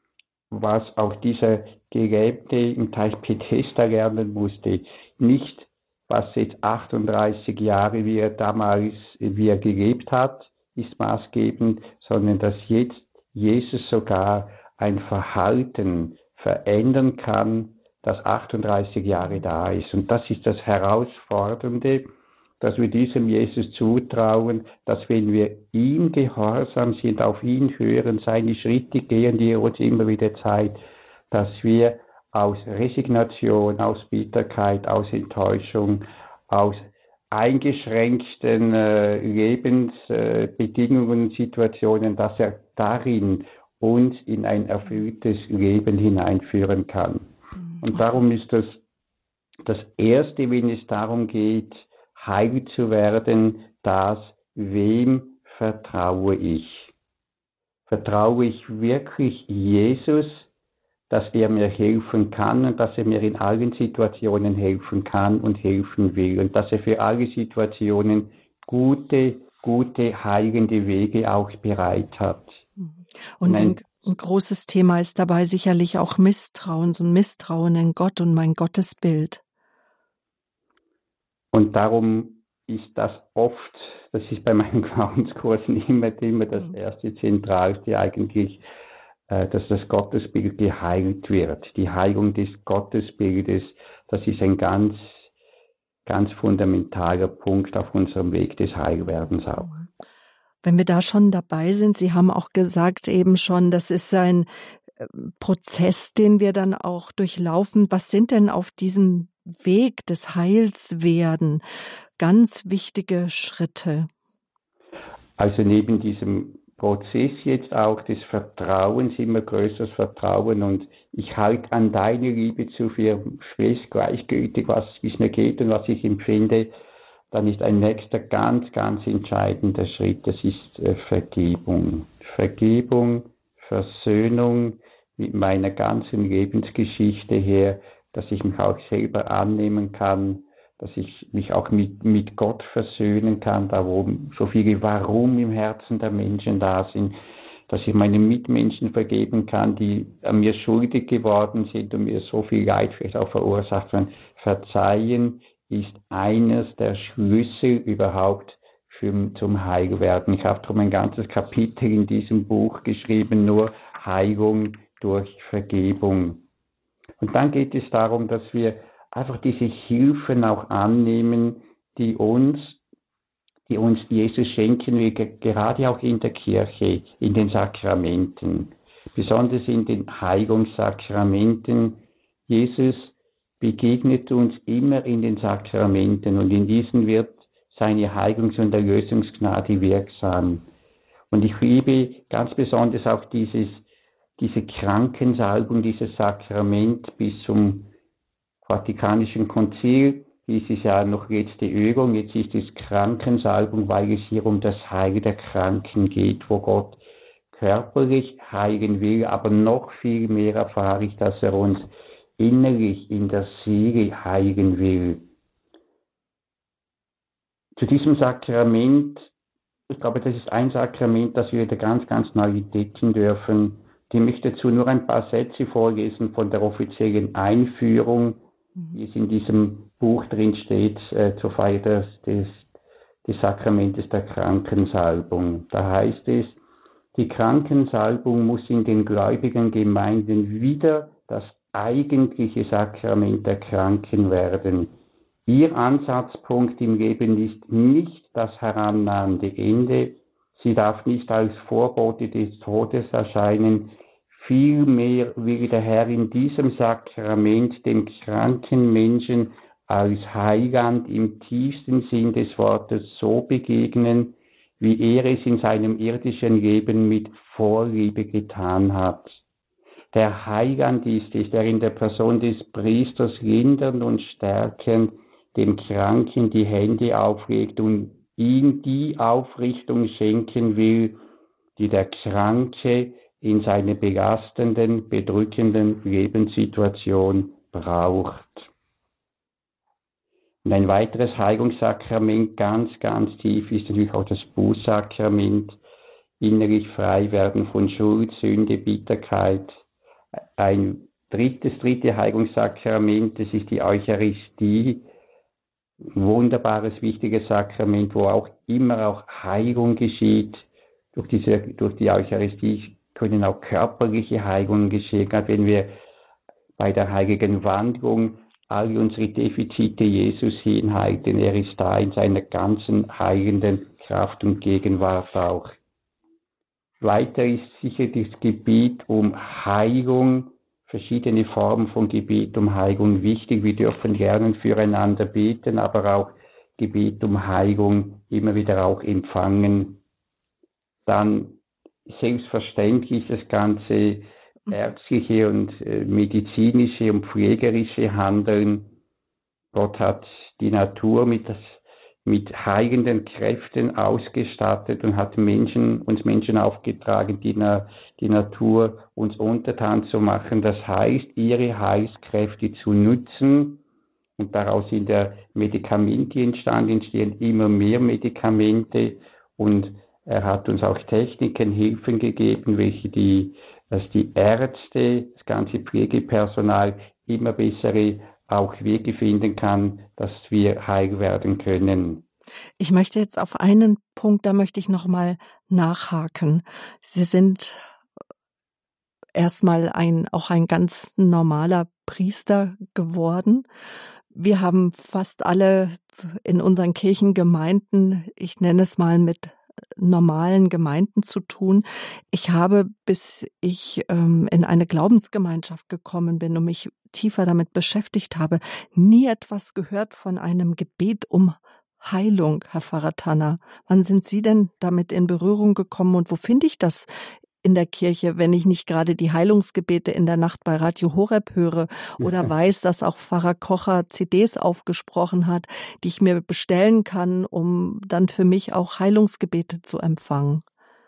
was auch dieser Gelähmte im Teich Bethesda lernen musste. Nicht, was jetzt achtunddreißig Jahre, wie er damals, wie er gelebt hat, ist maßgebend, sondern dass jetzt Jesus sogar ein Verhalten verändern kann, das achtunddreißig Jahre da ist. Und das ist das Herausfordernde, dass wir diesem Jesus zutrauen, dass wenn wir ihm gehorsam sind, auf ihn hören, seine Schritte gehen, die er uns immer wieder zeigt, dass wir aus Resignation, aus Bitterkeit, aus Enttäuschung, aus eingeschränkten äh, Lebensbedingungen, äh, Situationen, dass er darin uns in ein erfülltes Leben hineinführen kann. Und darum ist das das Erste, wenn es darum geht, heil zu werden, das, wem vertraue ich? Vertraue ich wirklich Jesus, dass er mir helfen kann und dass er mir in allen Situationen helfen kann und helfen will und dass er für alle Situationen gute, gute, heilende Wege auch bereit hat. Und ein, ein großes Thema ist dabei sicherlich auch Misstrauen, so ein Misstrauen in Gott und mein Gottesbild. Und darum ist das oft, das ist bei meinen Glaubenskursen immer, immer das erste Zentralste eigentlich, dass das Gottesbild geheilt wird. Die Heilung des Gottesbildes, das ist ein ganz, ganz fundamentaler Punkt auf unserem Weg des Heilwerdens auch. Wenn wir da schon dabei sind, Sie haben auch gesagt eben schon, das ist ein Prozess, den wir dann auch durchlaufen. Was sind denn auf diesem Weg des Heilswerden ganz wichtige Schritte? Also neben diesem Prozess jetzt auch des Vertrauens, immer größeres Vertrauen und ich halte an deine Liebe zu für fest gleichgültig, was wie es mir geht und was ich empfinde, dann ist ein nächster ganz, ganz entscheidender Schritt, das ist äh, Vergebung. Vergebung, Versöhnung mit meiner ganzen Lebensgeschichte her, dass ich mich auch selber annehmen kann, dass ich mich auch mit, mit Gott versöhnen kann, da wo so viele Warum im Herzen der Menschen da sind, dass ich meinen Mitmenschen vergeben kann, die an mir schuldig geworden sind und mir so viel Leid vielleicht auch verursacht haben. Verzeihen ist eines der Schlüssel überhaupt für, zum Heilwerden. Ich habe darum ein ganzes Kapitel in diesem Buch geschrieben, nur Heilung durch Vergebung. Und dann geht es darum, dass wir einfach diese Hilfen auch annehmen, die uns, die uns Jesus schenken will, gerade auch in der Kirche, in den Sakramenten, besonders in den Heilungssakramenten. Jesus begegnet uns immer in den Sakramenten und in diesen wird seine Heilungs- und Erlösungsgnade wirksam. Und ich liebe ganz besonders auch dieses, diese Krankensalbung, dieses Sakrament bis zum Vatikanischen Konzil. Dies ist ja noch letzte Übung, jetzt ist es Krankensalbung, weil es hier um das Heil der Kranken geht, wo Gott körperlich heilen will, aber noch viel mehr erfahre ich, dass er uns innerlich in der Seele heilen will. Zu diesem Sakrament, ich glaube, das ist ein Sakrament, das wir wieder ganz, ganz neu entdecken dürfen. Ich möchte dazu nur ein paar Sätze vorlesen von der offiziellen Einführung, wie es in diesem Buch drin steht, äh, zur Feier des, des, des Sakramentes der Krankensalbung. Da heißt es, die Krankensalbung muss in den gläubigen Gemeinden wieder das eigentliche Sakrament der Kranken werden. Ihr Ansatzpunkt im Leben ist nicht das herannahende Ende. Sie darf nicht als Vorbote des Todes erscheinen. Vielmehr will der Herr in diesem Sakrament dem kranken Menschen als Heiland im tiefsten Sinn des Wortes so begegnen, wie er es in seinem irdischen Leben mit Vorliebe getan hat. Der Heiland ist es, der in der Person des Priesters lindernd und stärkend dem Kranken die Hände auflegt und ihm die Aufrichtung schenken will, die der Kranke in seiner belastenden, bedrückenden Lebenssituation braucht. Und ein weiteres Heilungssakrament, ganz, ganz tief, ist natürlich auch das Bußsakrament, innerlich frei werden von Schuld, Sünde, Bitterkeit. Ein drittes, dritte Heilungssakrament, das ist die Eucharistie, ein wunderbares, wichtiges Sakrament, wo auch immer auch Heilung geschieht. Durch, diese, durch die Eucharistie können auch körperliche Heilungen geschehen, gerade wenn wir bei der heiligen Wandlung all unsere Defizite Jesus hinhalten. Er ist da in seiner ganzen heilenden Kraft und Gegenwart auch. Weiter ist sicher das Gebet um Heilung, verschiedene Formen von Gebet um Heilung wichtig. Wir dürfen lernen, füreinander beten, aber auch Gebet um Heilung immer wieder auch empfangen. Dann selbstverständlich das ganze ärztliche und äh, medizinische und pflegerische Handeln. Gott hat die Natur mit, das, mit heilenden Kräften ausgestattet und hat Menschen, uns Menschen aufgetragen, die, na, die Natur uns untertan zu machen. Das heißt, ihre Heilskräfte zu nutzen. Und daraus sind ja Medikamente entstanden, entstehen immer mehr Medikamente. Und er hat uns auch Techniken, Hilfen gegeben, welche die, dass die Ärzte, das ganze Pflegepersonal immer bessere auch Wege finden kann, dass wir heil werden können. Ich möchte jetzt auf einen Punkt, da möchte ich nochmal nachhaken. Sie sind erstmal ein, auch ein ganz normaler Priester geworden. Wir haben fast alle in unseren Kirchengemeinden, ich nenne es mal mit normalen Gemeinden zu tun. Ich habe, bis ich ähm, in eine Glaubensgemeinschaft gekommen bin und mich tiefer damit beschäftigt habe, nie etwas gehört von einem Gebet um Heilung, Herr Pfarrer Tanner. Wann sind Sie denn damit in Berührung gekommen und wo finde ich das in der Kirche, wenn ich nicht gerade die Heilungsgebete in der Nacht bei Radio Horeb höre oder weiß, dass auch Pfarrer Kocher C Ds aufgesprochen hat, die ich mir bestellen kann, um dann für mich auch Heilungsgebete zu empfangen?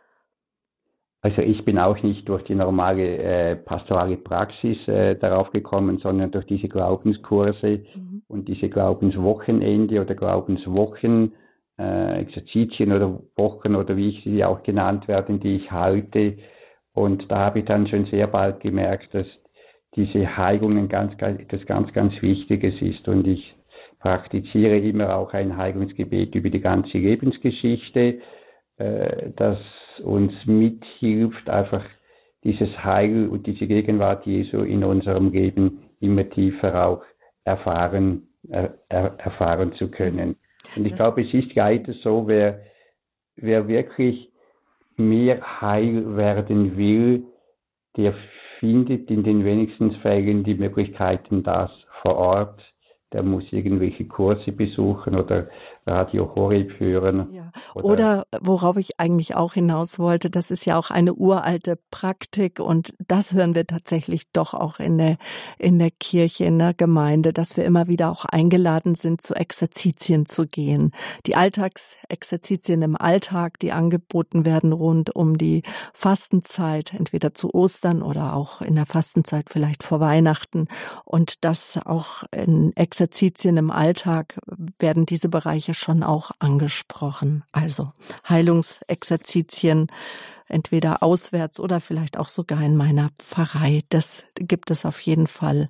Also ich bin auch nicht durch die normale äh, pastorale Praxis äh, darauf gekommen, sondern durch diese Glaubenskurse mhm. und diese Glaubenswochenende oder Glaubenswochen, äh, Exerzitien oder Wochen oder wie ich sie auch genannt werden, die ich halte. Und da habe ich dann schon sehr bald gemerkt, dass diese Heilung ganz, etwas ganz, ganz Wichtiges ist. Und ich praktiziere immer auch ein Heilungsgebet über die ganze Lebensgeschichte, äh, das uns mithilft, einfach dieses Heil und diese Gegenwart Jesu in unserem Leben immer tiefer auch erfahren, er, er, erfahren zu können. Und ich das glaube, es ist leider so, wer, wer wirklich mehr heil werden will, der findet in den wenigsten Fällen die Möglichkeiten, das vor Ort. Der muss irgendwelche Kurse besuchen oder Radio Horeb hören. Ja. Oder, oder worauf ich eigentlich auch hinaus wollte, das ist ja auch eine uralte Praktik und das hören wir tatsächlich doch auch in der, in der Kirche, in der Gemeinde, dass wir immer wieder auch eingeladen sind, zu Exerzitien zu gehen. Die Alltagsexerzitien im Alltag, die angeboten werden rund um die Fastenzeit, entweder zu Ostern oder auch in der Fastenzeit vielleicht vor Weihnachten. Und das auch in Exerzitien im Alltag werden diese Bereiche schon auch angesprochen. Also Heilungsexerzitien, entweder auswärts oder vielleicht auch sogar in meiner Pfarrei. Das gibt es auf jeden Fall.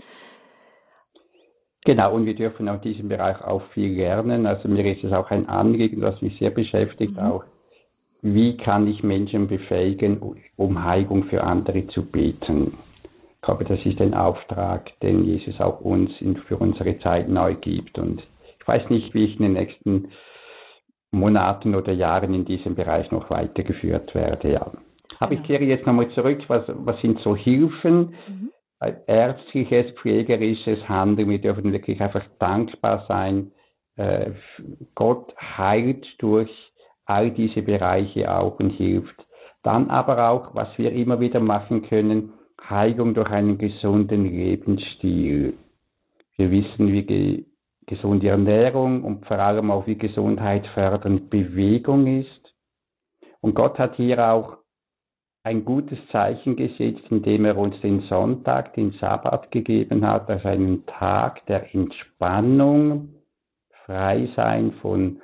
Genau, und wir dürfen auch in diesem Bereich auch viel lernen. Also mir ist es auch ein Anliegen, was mich sehr beschäftigt, mhm. auch wie kann ich Menschen befähigen, um Heilung für andere zu beten. Ich glaube, das ist ein Auftrag, den Jesus auch uns in, für unsere Zeit neu gibt. Und ich weiß nicht, wie ich in den nächsten Monaten oder Jahren in diesem Bereich noch weitergeführt werde. Ja. Aber genau. Ich kehre jetzt nochmal zurück, was, was sind so Hilfen? Mhm. Ärztliches, pflegerisches Handeln, wir dürfen wirklich einfach dankbar sein. Äh, Gott heilt durch all diese Bereiche auch und hilft. Dann aber auch, was wir immer wieder machen können, Heilung durch einen gesunden Lebensstil. Wir wissen, wie ge- gesunde Ernährung und vor allem auch wie gesundheitsfördernd Bewegung ist. Und Gott hat hier auch ein gutes Zeichen gesetzt, indem er uns den Sonntag, den Sabbat gegeben hat, als einen Tag der Entspannung, Freisein von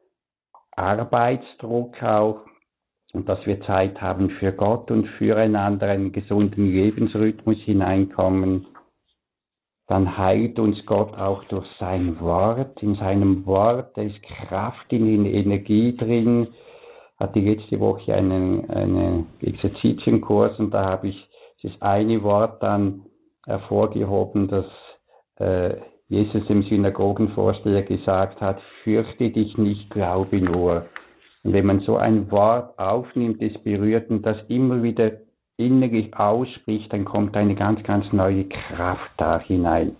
Arbeitsdruck auch, und dass wir Zeit haben für Gott und füreinander, einen gesunden Lebensrhythmus hineinkommen. Dann heilt uns Gott auch durch sein Wort. In seinem Wort, da ist Kraft, in der Energie drin. Hatte letzte Woche einen, einen Exerzitienkurs und da habe ich das eine Wort dann hervorgehoben, dass äh, Jesus dem Synagogenvorsteher gesagt hat, fürchte dich nicht, glaube nur. Und wenn man so ein Wort aufnimmt, es berührt und das immer wieder innerlich ausspricht, dann kommt eine ganz, ganz neue Kraft da hinein.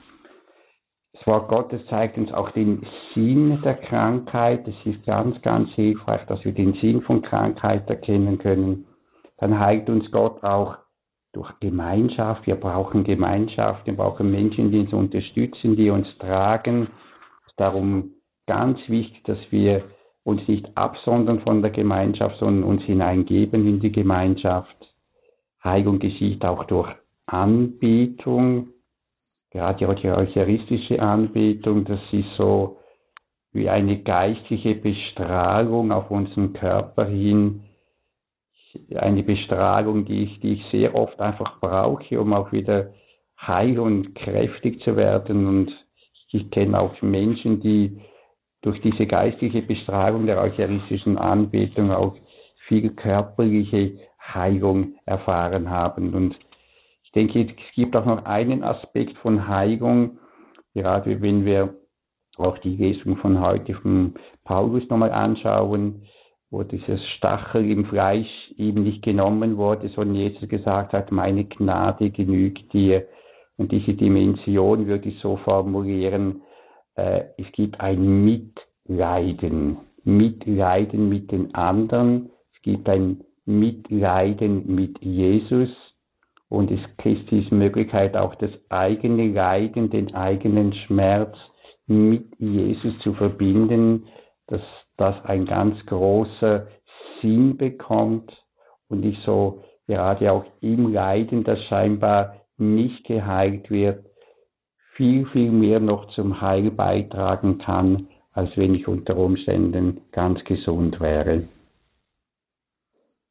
Das Wort Gottes zeigt uns auch den Sinn der Krankheit. Es ist ganz, ganz hilfreich, dass wir den Sinn von Krankheit erkennen können. Dann heilt uns Gott auch durch Gemeinschaft. Wir brauchen Gemeinschaft, wir brauchen Menschen, die uns unterstützen, die uns tragen. Es ist darum ganz wichtig, dass wir uns nicht absondern von der Gemeinschaft, sondern uns hineingeben in die Gemeinschaft. Heilung geschieht auch durch Anbetung. Gerade die eucharistische Anbetung, das ist so wie eine geistliche Bestrahlung auf unseren Körper hin. Eine Bestrahlung, die ich, die ich sehr oft einfach brauche, um auch wieder heil und kräftig zu werden. Und ich kenne auch Menschen, die durch diese geistliche Bestrahlung der eucharistischen Anbetung auch viel körperliche Heilung erfahren haben. Und ich denke, es gibt auch noch einen Aspekt von Heilung, gerade wenn wir auch die Lesung von heute von Paulus nochmal anschauen, wo dieses Stachel im Fleisch eben nicht genommen wurde, sondern Jesus gesagt hat, meine Gnade genügt dir. Und diese Dimension würde ich so formulieren, äh, es gibt ein Mitleiden, Mitleiden mit den anderen, es gibt ein Mitleiden mit Jesus und es ist diese Möglichkeit auch das eigene Leiden, den eigenen Schmerz mit Jesus zu verbinden, dass das ein ganz großer Sinn bekommt und ich so gerade auch im Leiden, das scheinbar nicht geheilt wird, viel, viel mehr noch zum Heil beitragen kann, als wenn ich unter Umständen ganz gesund wäre.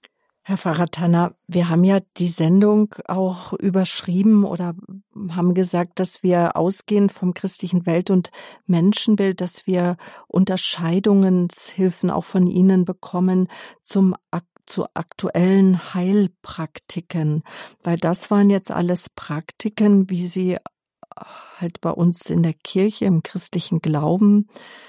Herr Pfarrer Tanner, wir haben ja die Sendung auch überschrieben oder haben gesagt, dass wir ausgehend vom christlichen Welt- und Menschenbild, dass wir Unterscheidungshilfen auch von Ihnen bekommen zum Ak- zu aktuellen Heilpraktiken, weil das waren jetzt alles Praktiken, wie sie halt bei uns in der Kirche, im christlichen Glauben,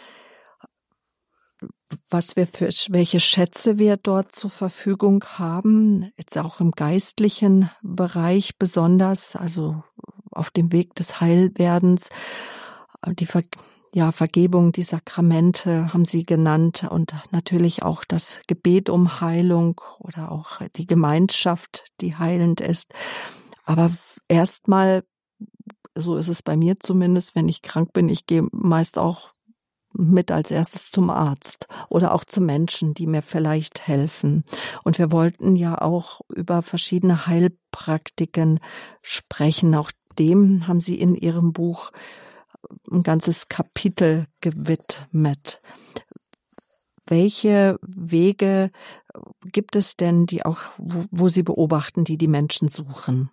was wir für welche Schätze wir dort zur Verfügung haben, jetzt auch im geistlichen Bereich besonders, also auf dem Weg des Heilwerdens, die Ver ja, Vergebung, die Sakramente haben Sie genannt und natürlich auch das Gebet um Heilung oder auch die Gemeinschaft, die heilend ist. Aber erstmal, so ist es bei mir zumindest, wenn ich krank bin, ich gehe meist auch mit als erstes zum Arzt oder auch zu Menschen, die mir vielleicht helfen. Und wir wollten ja auch über verschiedene Heilpraktiken sprechen. Auch dem haben Sie in Ihrem Buch ein ganzes Kapitel gewidmet. Welche Wege gibt es denn, die auch, wo, wo Sie beobachten, die die Menschen suchen?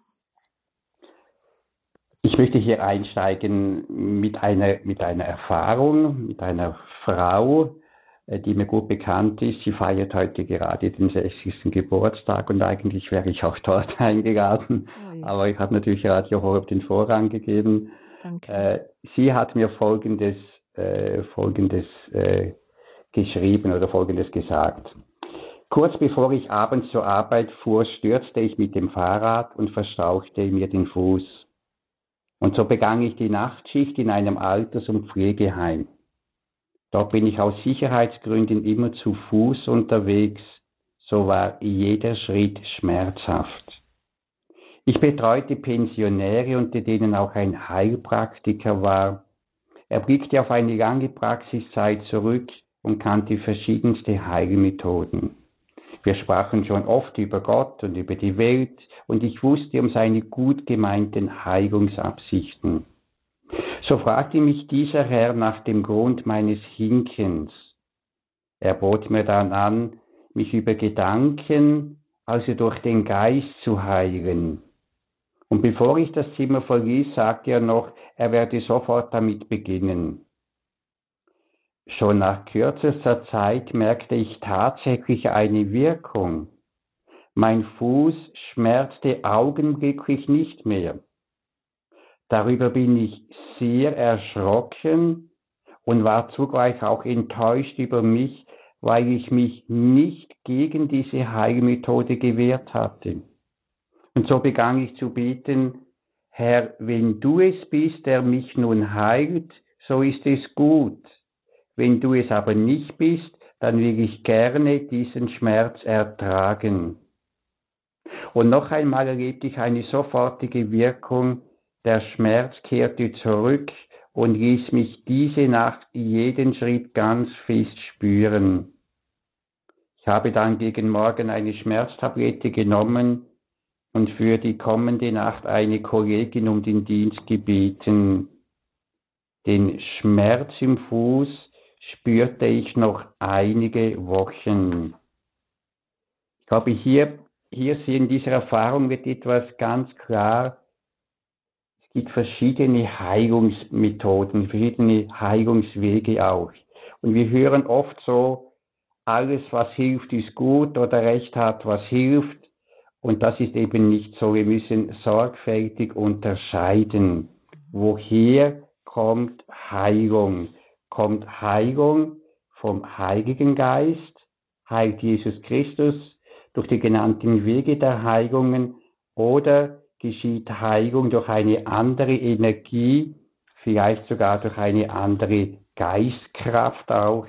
Ich möchte hier einsteigen mit einer, mit einer Erfahrung, mit einer Frau, äh, die mir gut bekannt ist. Sie feiert heute gerade den sechzigsten Geburtstag und eigentlich wäre ich auch dort eingeladen. Oh ja. Aber ich habe natürlich Radio Horeb den Vorrang gegeben. Danke. Äh, sie hat mir Folgendes, äh, Folgendes äh, geschrieben oder Folgendes gesagt. Kurz bevor ich abends zur Arbeit fuhr, stürzte ich mit dem Fahrrad und verstauchte mir den Fuß. Und so begann ich die Nachtschicht in einem Alters- und Pflegeheim. Dort bin ich aus Sicherheitsgründen immer zu Fuß unterwegs, so war jeder Schritt schmerzhaft. Ich betreute Pensionäre, unter denen auch ein Heilpraktiker war. Er blickte auf eine lange Praxiszeit zurück und kannte verschiedenste Heilmethoden. Wir sprachen schon oft über Gott und über die Welt und ich wusste um seine gut gemeinten Heilungsabsichten. So fragte mich dieser Herr nach dem Grund meines Hinkens. Er bot mir dann an, mich über Gedanken, also durch den Geist zu heilen. Und bevor ich das Zimmer verließ, sagte er noch, er werde sofort damit beginnen. Schon nach kürzester Zeit merkte ich tatsächlich eine Wirkung. Mein Fuß schmerzte augenblicklich nicht mehr. Darüber bin ich sehr erschrocken und war zugleich auch enttäuscht über mich, weil ich mich nicht gegen diese Heilmethode gewehrt hatte. Und so begann ich zu beten, Herr, wenn du es bist, der mich nun heilt, so ist es gut. Wenn du es aber nicht bist, dann will ich gerne diesen Schmerz ertragen. Und noch einmal erlebte ich eine sofortige Wirkung, der Schmerz kehrte zurück und ließ mich diese Nacht jeden Schritt ganz fest spüren. Ich habe dann gegen Morgen eine Schmerztablette genommen und für die kommende Nacht eine Kollegin um den Dienst gebeten. Den Schmerz im Fuß spürte ich noch einige Wochen. Ich glaube, hier, hier in dieser Erfahrung wird etwas ganz klar. Es gibt verschiedene Heilungsmethoden, verschiedene Heilungswege auch. Und wir hören oft so, alles was hilft ist gut oder Recht hat, was hilft. Und das ist eben nicht so. Wir müssen sorgfältig unterscheiden. Woher kommt Heilung? Kommt Heilung vom Heiligen Geist? Heilt Jesus Christus durch die genannten Wege der Heilungen? Oder geschieht Heilung durch eine andere Energie, vielleicht sogar durch eine andere Geistkraft auch?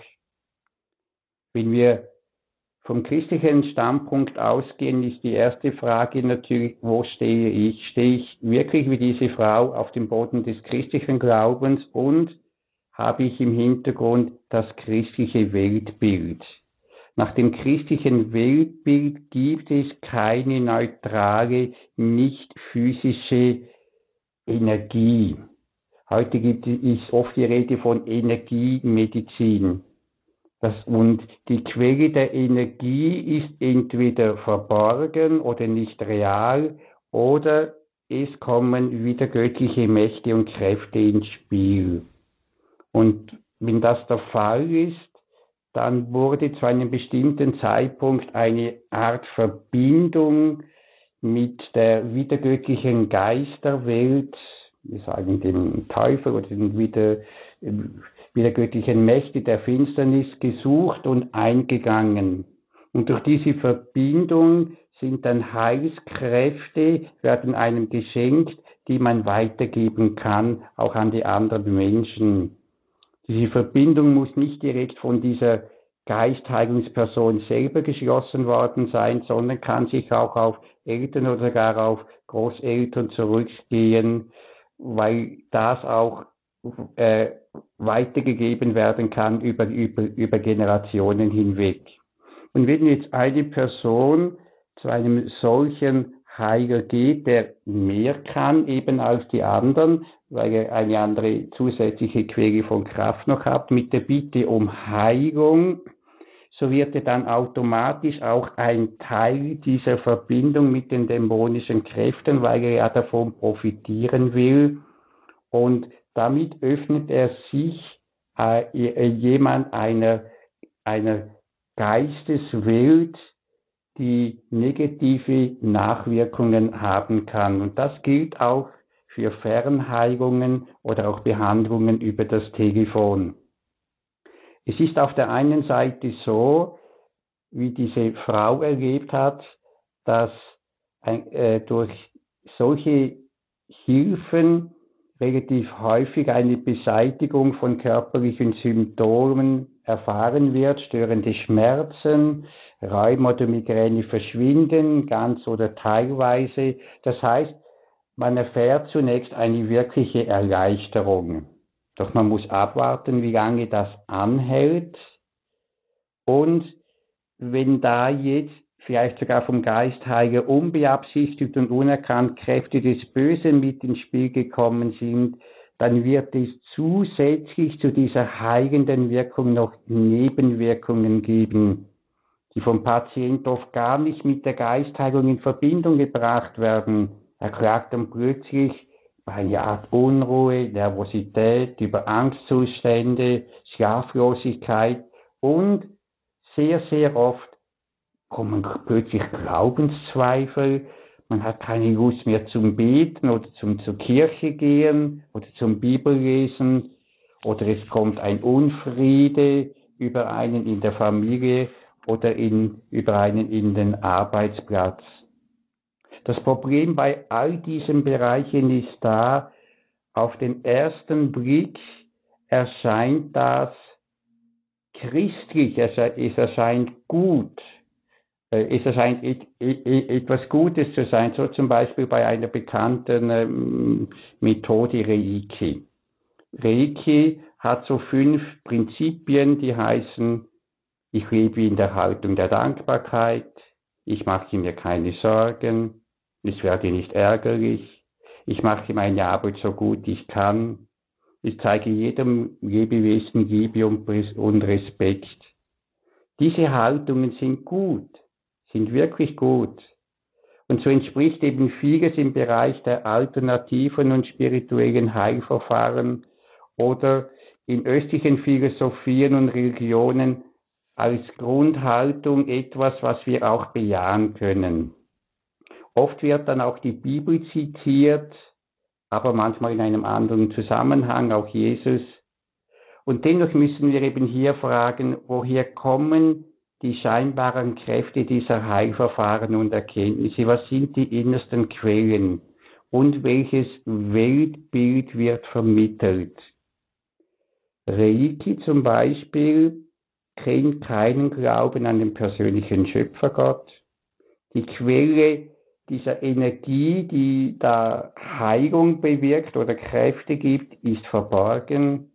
Wenn wir vom christlichen Standpunkt ausgehen, ist die erste Frage natürlich, wo stehe ich? Stehe ich wirklich wie diese Frau auf dem Boden des christlichen Glaubens und habe ich im Hintergrund das christliche Weltbild? Nach dem christlichen Weltbild gibt es keine neutrale, nicht physische Energie. Heute gibt es oft die Rede von Energiemedizin. Das, und die Quelle der Energie ist entweder verborgen oder nicht real, oder es kommen wieder göttliche Mächte und Kräfte ins Spiel. Und wenn das der Fall ist, dann wurde zu einem bestimmten Zeitpunkt eine Art Verbindung mit der wiedergöttlichen Geisterwelt, wir sagen dem Teufel oder den wieder, wiedergöttlichen Mächte der Finsternis gesucht und eingegangen. Und durch diese Verbindung sind dann Heilskräfte, werden einem geschenkt, die man weitergeben kann, auch an die anderen Menschen. Diese Verbindung muss nicht direkt von dieser Geistheilungsperson selber geschlossen worden sein, sondern kann sich auch auf Eltern oder sogar auf Großeltern zurückgehen, weil das auch äh, weitergegeben werden kann über, über, über Generationen hinweg. Und wenn jetzt eine Person zu einem solchen Heiler geht, der mehr kann eben als die anderen, weil er eine andere zusätzliche Quelle von Kraft noch hat, mit der Bitte um Heilung, so wird er dann automatisch auch ein Teil dieser Verbindung mit den dämonischen Kräften, weil er ja davon profitieren will. Und damit öffnet er sich äh, jemand einer, einer Geisteswelt, die negative Nachwirkungen haben kann. Und das gilt auch für Fernheilungen oder auch Behandlungen über das Telefon. Es ist auf der einen Seite so, wie diese Frau erlebt hat, dass äh, durch solche Hilfen relativ häufig eine Beseitigung von körperlichen Symptomen erfahren wird, störende Schmerzen, Rheuma oder Migräne verschwinden, ganz oder teilweise. Das heißt, man erfährt zunächst eine wirkliche Erleichterung. Doch man muss abwarten, wie lange das anhält. Und wenn da jetzt vielleicht sogar vom Geistheiler unbeabsichtigt und unerkannt Kräfte des Bösen mit ins Spiel gekommen sind, dann wird es zusätzlich zu dieser heilenden Wirkung noch Nebenwirkungen geben, die vom Patienten oft gar nicht mit der Geistheilung in Verbindung gebracht werden. Er klagt dann plötzlich bei einer Art Unruhe, Nervosität, über Angstzustände, Schlaflosigkeit und sehr, sehr oft kommen plötzlich Glaubenszweifel. Man hat keine Lust mehr zum Beten oder zum zur Kirche gehen oder zum Bibellesen, oder es kommt ein Unfriede über einen in der Familie oder in, über einen in den Arbeitsplatz. Das Problem bei all diesen Bereichen ist da, auf den ersten Blick erscheint das christlich, es erscheint gut. Es erscheint et, et, etwas Gutes zu sein, so zum Beispiel bei einer bekannten ähm, Methode Reiki. Reiki hat so fünf Prinzipien, die heißen: Ich lebe in der Haltung der Dankbarkeit, ich mache mir keine Sorgen, ich werde nicht ärgerlich, ich mache meine Arbeit so gut ich kann, ich zeige jedem Lebewesen Liebe und Respekt. Diese Haltungen sind gut, sind wirklich gut. Und so entspricht eben vieles im Bereich der alternativen und spirituellen Heilverfahren oder in östlichen Philosophien und Religionen als Grundhaltung etwas, was wir auch bejahen können. Oft wird dann auch die Bibel zitiert, aber manchmal in einem anderen Zusammenhang, auch Jesus. Und dennoch müssen wir eben hier fragen, woher kommen die scheinbaren Kräfte dieser Heilverfahren und Erkenntnisse? Was sind die innersten Quellen? Und welches Weltbild wird vermittelt? Reiki zum Beispiel kennt keinen Glauben an den persönlichen Schöpfergott. Die Quelle dieser Energie, die da Heilung bewirkt oder Kräfte gibt, ist verborgen.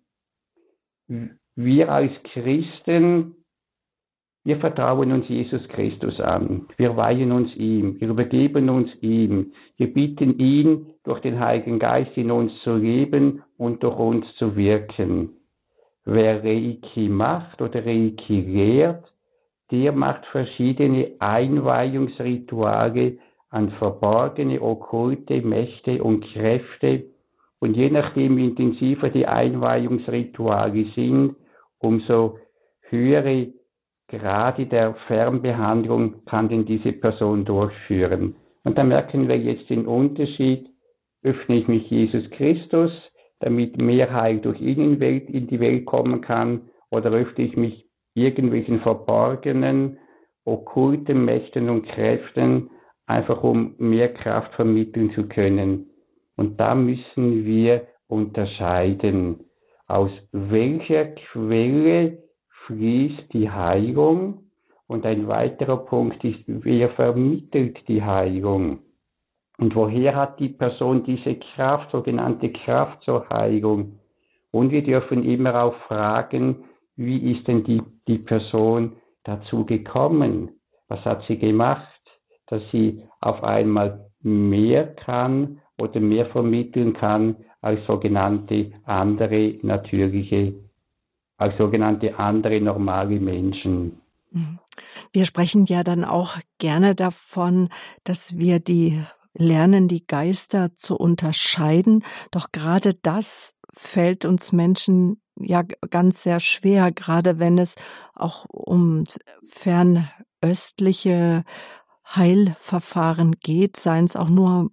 Wir als Christen, wir vertrauen uns Jesus Christus an. Wir weihen uns ihm. Wir übergeben uns ihm. Wir bitten ihn, durch den Heiligen Geist in uns zu leben und durch uns zu wirken. wer Reiki macht oder Reiki lehrt, der macht verschiedene Einweihungsrituale an verborgene, okkulte Mächte und Kräfte. Und je nachdem, wie intensiver die Einweihungsrituale sind, umso höhere Grade der Fernbehandlung kann denn diese Person durchführen. Und da merken wir jetzt den Unterschied: Öffne ich mich Jesus Christus, damit mehr Heil durch ihn in, Welt, in die Welt kommen kann, oder öffne ich mich irgendwelchen verborgenen, okkulten Mächten und Kräften, einfach um mehr Kraft vermitteln zu können. Und da müssen wir unterscheiden, aus welcher Quelle fließt die Heilung, und ein weiterer Punkt ist, wer vermittelt die Heilung. Und woher hat die Person diese Kraft, sogenannte Kraft zur Heilung? Und wir dürfen immer auch fragen, wie ist denn die, die Person dazu gekommen? Was hat sie gemacht, dass sie auf einmal mehr kann oder mehr vermitteln kann als sogenannte andere natürliche, als sogenannte andere normale Menschen? Wir sprechen ja dann auch gerne davon, dass wir die lernen, die Geister zu unterscheiden. Doch gerade das fällt uns Menschen ja ganz sehr schwer, gerade wenn es auch um fernöstliche Heilverfahren geht, seien es auch nur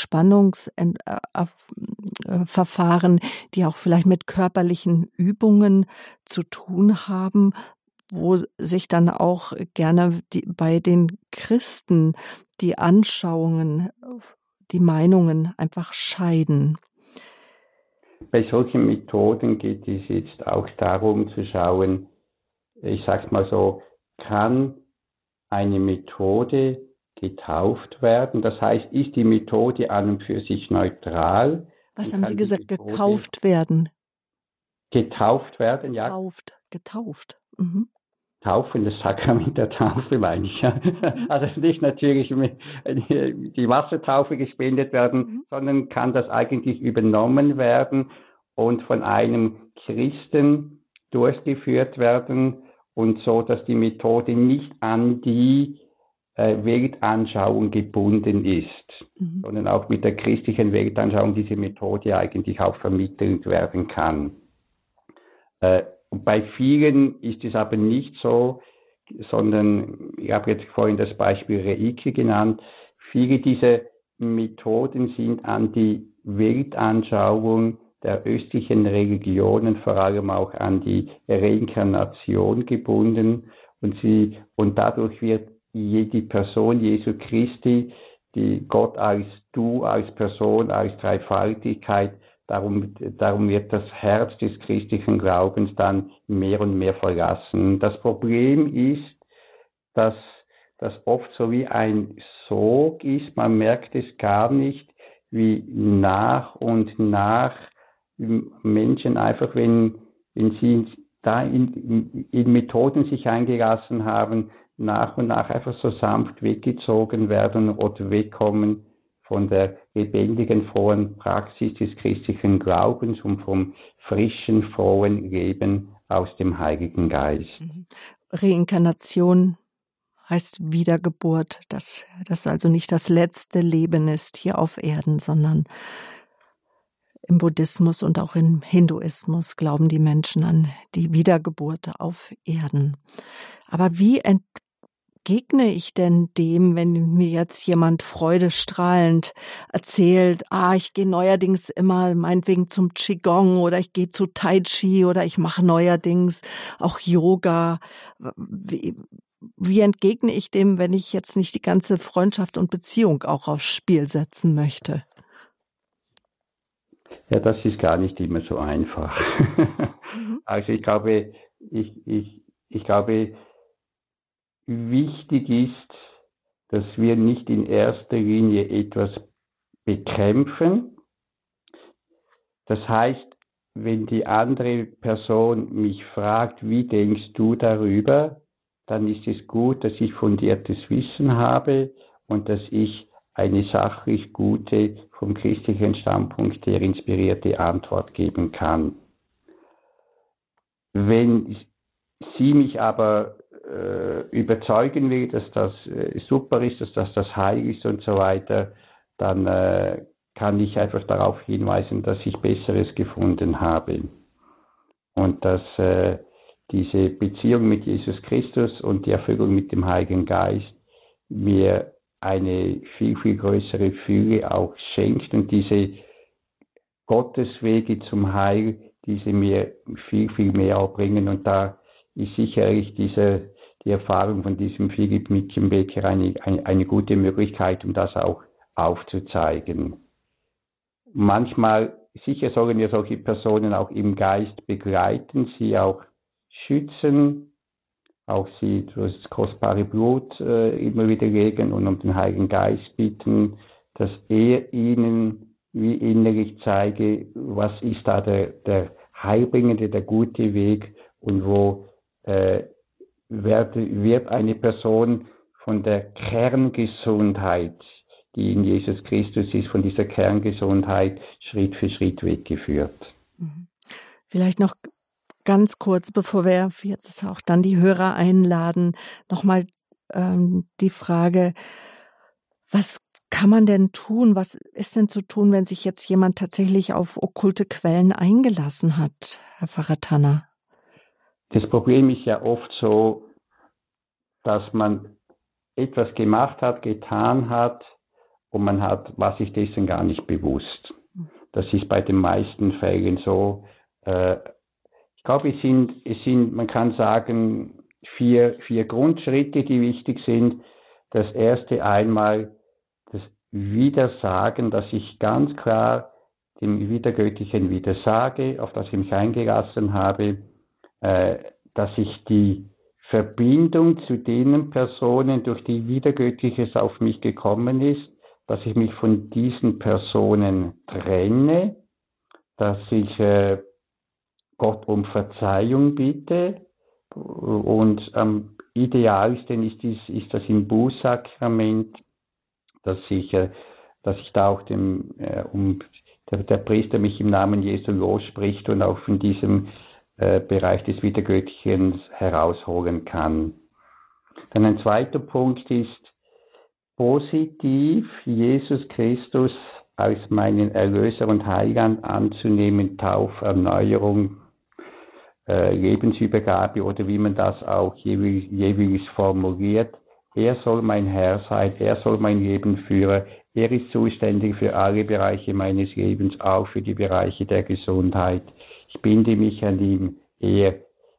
Entspannungsverfahren, die auch vielleicht mit körperlichen Übungen zu tun haben, wo sich dann auch gerne die, bei den Christen die Anschauungen, die Meinungen einfach scheiden. Bei solchen Methoden geht es jetzt auch darum zu schauen, ich sag's mal so, kann eine Methode getauft werden? Das heißt, ist die Methode an und für sich neutral? Was haben Sie gesagt? Gekauft werden? Getauft werden, ja. Getauft, getauft. Mhm. Taufen, das Sakrament der Taufe meine ich. Ja. Also nicht natürlich die Wassertaufe gespendet werden, mhm. sondern kann das eigentlich übernommen werden und von einem Christen durchgeführt werden, und so, dass die Methode nicht an die äh, Weltanschauung gebunden ist, mhm. sondern auch mit der christlichen Weltanschauung diese Methode eigentlich auch vermittelt werden kann. Äh, Und bei vielen ist es aber nicht so, sondern ich habe jetzt vorhin das Beispiel Reiki genannt. Viele dieser Methoden sind an die Weltanschauung der östlichen Religionen, vor allem auch an die Reinkarnation gebunden, und sie und dadurch wird die Person Jesu Christi, die Gott als Du, als Person, als Dreifaltigkeit, Darum, darum wird das Herz des christlichen Glaubens dann mehr und mehr verlassen. Das Problem ist, dass das oft so wie ein Sog ist. Man merkt es gar nicht, wie nach und nach Menschen einfach, wenn, wenn sie da in, in Methoden sich eingelassen haben, nach und nach einfach so sanft weggezogen werden oder wegkommen von der lebendigen, frohen Praxis des christlichen Glaubens und vom frischen, frohen Leben aus dem Heiligen Geist. Reinkarnation heißt Wiedergeburt, dass das also nicht das letzte Leben ist hier auf Erden, sondern im Buddhismus und auch im Hinduismus glauben die Menschen an die Wiedergeburt auf Erden. Aber wie ent Gegne ich denn dem, wenn mir jetzt jemand freudestrahlend erzählt, ah, ich gehe neuerdings immer meinetwegen zum Qigong oder ich gehe zu Tai Chi oder ich mache neuerdings auch Yoga. Wie, wie entgegne ich dem, wenn ich jetzt nicht die ganze Freundschaft und Beziehung auch aufs Spiel setzen möchte? Ja, das ist gar nicht immer so einfach. Mhm. Also ich glaube, ich, ich, ich glaube, wichtig ist, dass wir nicht in erster Linie etwas bekämpfen. Das heißt, wenn die andere Person mich fragt, wie denkst du darüber, dann ist es gut, dass ich fundiertes Wissen habe und dass ich eine sachlich gute, vom christlichen Standpunkt her inspirierte Antwort geben kann. Wenn sie mich aber äh, überzeugen will, dass das äh, super ist, dass das das Heil ist und so weiter, dann äh, kann ich einfach darauf hinweisen, dass ich Besseres gefunden habe. Und dass äh, diese Beziehung mit Jesus Christus und die Erfüllung mit dem Heiligen Geist mir eine viel, viel größere Fülle auch schenkt und diese Gotteswege zum Heil, diese mir viel, viel mehr auch bringen. Und da ist sicherlich diese, die Erfahrung von diesem Philipp Mitchenbecker eine, eine, eine gute Möglichkeit, um das auch aufzuzeigen. Manchmal, sicher sollen wir solche Personen auch im Geist begleiten, sie auch schützen, auch sie durch das kostbare Blut äh, immer wieder legen und um den Heiligen Geist bitten, dass er ihnen wie innerlich zeige, was ist da der, der heilbringende, der gute Weg und wo äh, wird, wird eine Person von der Kerngesundheit, die in Jesus Christus ist, von dieser Kerngesundheit Schritt für Schritt weggeführt. Vielleicht noch ganz kurz, bevor wir jetzt auch dann die Hörer einladen, nochmal ähm, die Frage, was kann man denn tun? Was ist denn zu tun, wenn sich jetzt jemand tatsächlich auf okkulte Quellen eingelassen hat, Herr Pfarrer Tanner? Das Problem ist ja oft so, dass man etwas gemacht hat, getan hat und man hat, war sich dessen gar nicht bewusst. Das ist bei den meisten Fällen so. Äh, ich glaube, es sind, es sind, man kann sagen, vier, vier Grundschritte, die wichtig sind. Das erste einmal das Widersagen, dass ich ganz klar dem Widergöttlichen widersage, auf das ich mich eingelassen habe, äh, dass ich die Verbindung zu den Personen, durch die Widergöttliches auf mich gekommen ist, dass ich mich von diesen Personen trenne, dass ich äh, Gott um Verzeihung bitte und am idealsten ist, dies, ist das im Bußsakrament, dass ich, äh, dass ich da auch dem, äh, um, der, der Priester mich im Namen Jesu losspricht und auch von diesem äh, Bereich des Widergöttlichen herausholen kann. Dann ein zweiter Punkt ist, positiv Jesus Christus als meinen Erlöser und Heiland anzunehmen, Taufe, Erneuerung, äh, Lebensübergabe oder wie man das auch jeweils, jeweils formuliert. Er soll mein Herr sein, er soll mein Leben führen, er ist zuständig für alle Bereiche meines Lebens, auch für die Bereiche der Gesundheit. Ich binde mich an ihm, er,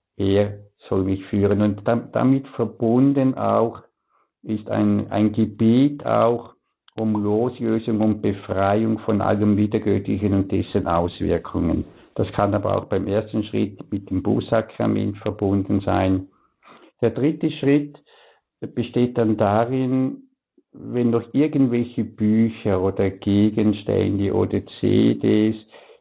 er soll mich führen. Und damit verbunden auch ist ein, ein Gebet auch um Loslösung und Befreiung von allem Widergöttlichen und dessen Auswirkungen. Das kann aber auch beim ersten Schritt mit dem Bußsakrament verbunden sein. Der dritte Schritt besteht dann darin, wenn noch irgendwelche Bücher oder Gegenstände oder C Ds,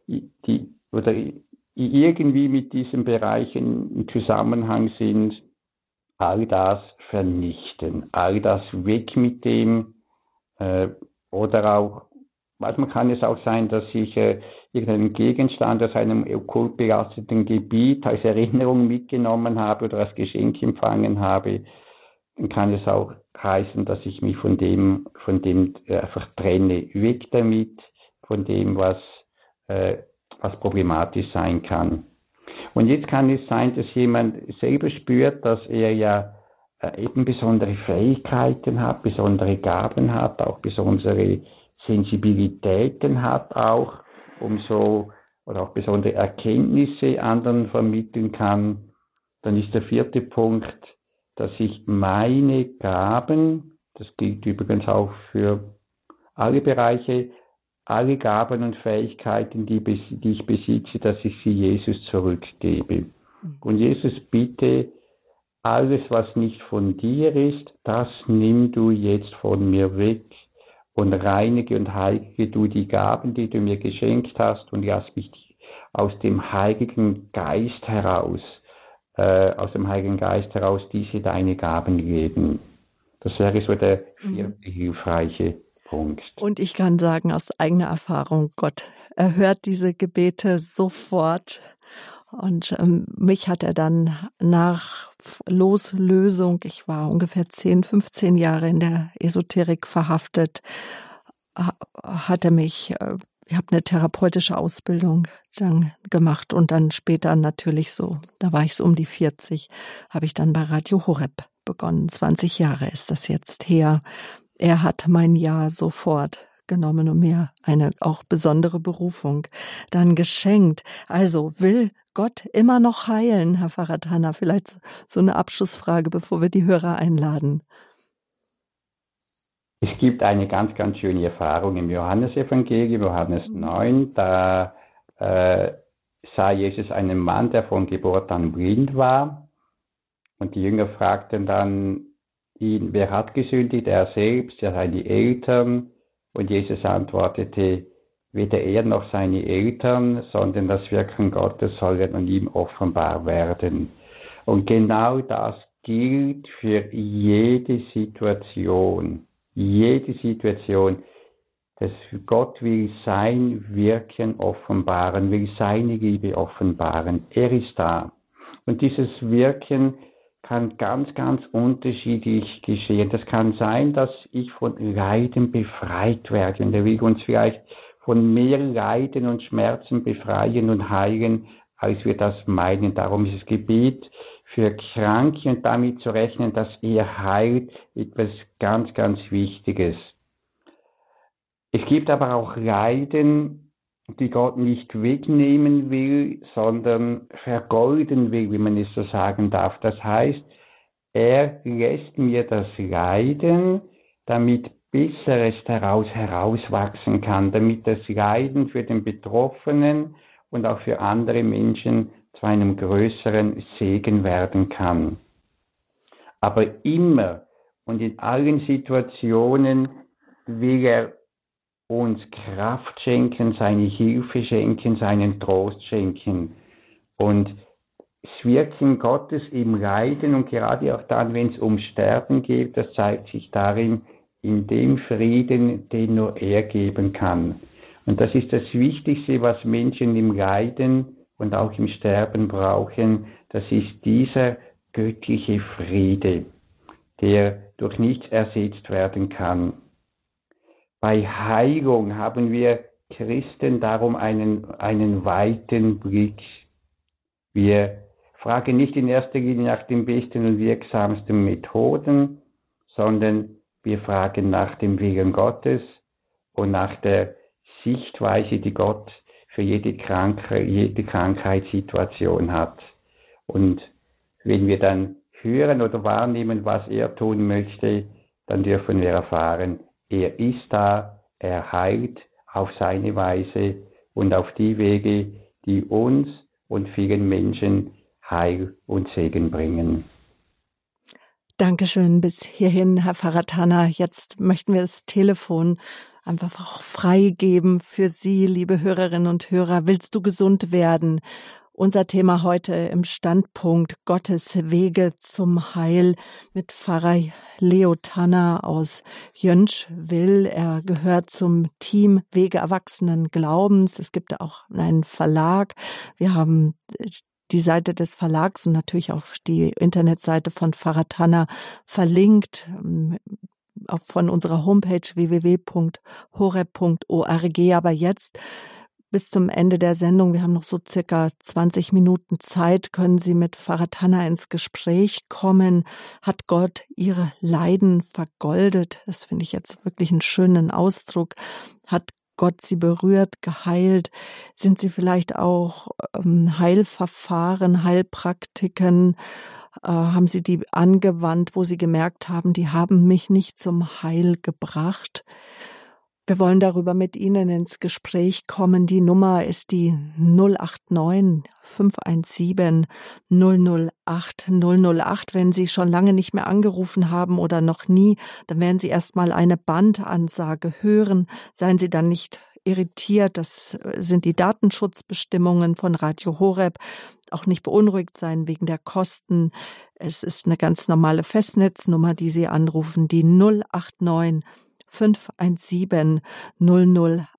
die oder irgendwie mit diesen Bereichen im Zusammenhang sind, all das vernichten, all das weg mit dem, äh, oder auch, manchmal kann es auch sein, dass ich äh, irgendeinen Gegenstand aus einem okkult belasteten Gebiet als Erinnerung mitgenommen habe oder als Geschenk empfangen habe. Dann kann es auch heißen, dass ich mich von dem, von dem äh, einfach trenne, weg damit, von dem, was, äh, was problematisch sein kann. Und jetzt kann es sein, dass jemand selber spürt, dass er ja äh, eben besondere Fähigkeiten hat, besondere Gaben hat, auch besondere Sensibilitäten hat, auch um so, oder auch besondere Erkenntnisse anderen vermitteln kann. Dann ist der vierte Punkt, dass ich meine Gaben, das gilt übrigens auch für alle Bereiche, alle Gaben und Fähigkeiten, die, die ich besitze, dass ich sie Jesus zurückgebe. Und Jesus, bitte, alles, was nicht von dir ist, das nimm du jetzt von mir weg und reinige und heilige du die Gaben, die du mir geschenkt hast, und lass mich aus dem Heiligen Geist heraus, äh, aus dem Heiligen Geist heraus diese deine Gaben geben. Das wäre so der vierte mhm. hilfreiche Punkt. Und ich kann sagen aus eigener Erfahrung, Gott erhört diese Gebete sofort. Und ähm, mich hat er dann nach Loslösung, ich war ungefähr zehn, fünfzehn Jahre in der Esoterik verhaftet, hat er mich, ich habe eine therapeutische Ausbildung dann gemacht und dann später natürlich so, da war ich so um die vierzig, habe ich dann bei Radio Horeb begonnen. zwanzig Jahre ist das jetzt her. Er hat mein Ja sofort genommen und mir eine auch besondere Berufung dann geschenkt. Also will Gott immer noch heilen, Herr Pfarrer Tanner? Vielleicht so eine Abschlussfrage, bevor wir die Hörer einladen. Es gibt eine ganz, ganz schöne Erfahrung im Johannesevangelium, Johannes neun, da äh, sah Jesus einen Mann, der von Geburt an blind war. Und die Jünger fragten dann ihn, wer hat gesündigt, er selbst, ja seine Eltern? Und Jesus antwortete, weder er noch seine Eltern, sondern das Wirken Gottes soll an ihm offenbar werden. Und genau das gilt für jede Situation. Jede Situation, dass Gott will sein Wirken offenbaren, will seine Liebe offenbaren. Er ist da. Und dieses Wirken kann ganz, ganz unterschiedlich geschehen. Das kann sein, dass ich von Leiden befreit werde. Und er will uns vielleicht von mehr Leiden und Schmerzen befreien und heilen, als wir das meinen. Darum ist das Gebet für Kranke und damit zu rechnen, dass er heilt, etwas ganz, ganz Wichtiges. Es gibt aber auch Leiden, die Gott nicht wegnehmen will, sondern vergolden will, wie man es so sagen darf. Das heißt, er lässt mir das Leiden, damit Besseres daraus herauswachsen kann, damit das Leiden für den Betroffenen und auch für andere Menschen zu einem größeren Segen werden kann. Aber immer und in allen Situationen will er uns Kraft schenken, seine Hilfe schenken, seinen Trost schenken. Und das Wirken Gottes im Leiden und gerade auch dann, wenn es um Sterben geht, das zeigt sich darin, in dem Frieden, den nur er geben kann. Und das ist das Wichtigste, was Menschen im Leiden und auch im Sterben brauchen. Das ist dieser göttliche Friede, der durch nichts ersetzt werden kann. Bei Heilung haben wir Christen darum einen, einen weiten Blick. Wir fragen nicht in erster Linie nach den besten und wirksamsten Methoden, sondern wir fragen nach dem Willen Gottes und nach der Sichtweise, die Gott für jede, Kranke, jede Krankheitssituation hat. Und wenn wir dann hören oder wahrnehmen, was er tun möchte, dann dürfen wir erfahren, er ist da, er heilt auf seine Weise und auf die Wege, die uns und vielen Menschen Heil und Segen bringen. Dankeschön bis hierhin, Herr Pfarrer Tanner. Jetzt möchten wir das Telefon einfach auch freigeben für Sie, liebe Hörerinnen und Hörer. Willst du gesund werden? Unser Thema heute im Standpunkt Gottes Wege zum Heil mit Pfarrer Leo Tanner aus Jönschwil. Er gehört zum Team Wege Erwachsenen Glaubens. Es gibt auch einen Verlag. Wir haben die Seite des Verlags und natürlich auch die Internetseite von Pfarrer Tanner verlinkt auch von unserer Homepage w w w punkt horeb punkt org. Aber jetzt bis zum Ende der Sendung, wir haben noch so circa zwanzig Minuten Zeit, können Sie mit Pfarrer Tanner ins Gespräch kommen. Hat Gott Ihre Leiden vergoldet? Das finde ich jetzt wirklich einen schönen Ausdruck. Hat Gott Sie berührt, geheilt? Sind Sie vielleicht auch ähm, Heilverfahren, Heilpraktiken? Äh, haben Sie die angewandt, wo Sie gemerkt haben, die haben mich nicht zum Heil gebracht? Wir wollen darüber mit Ihnen ins Gespräch kommen. Die Nummer ist die null acht neun fünf eins sieben null null acht null null acht. Wenn Sie schon lange nicht mehr angerufen haben oder noch nie, dann werden Sie erstmal eine Bandansage hören. Seien Sie dann nicht irritiert. Das sind die Datenschutzbestimmungen von Radio Horeb. Auch nicht beunruhigt sein wegen der Kosten. Es ist eine ganz normale Festnetznummer, die Sie anrufen, die null acht neun fünf eins sieben null null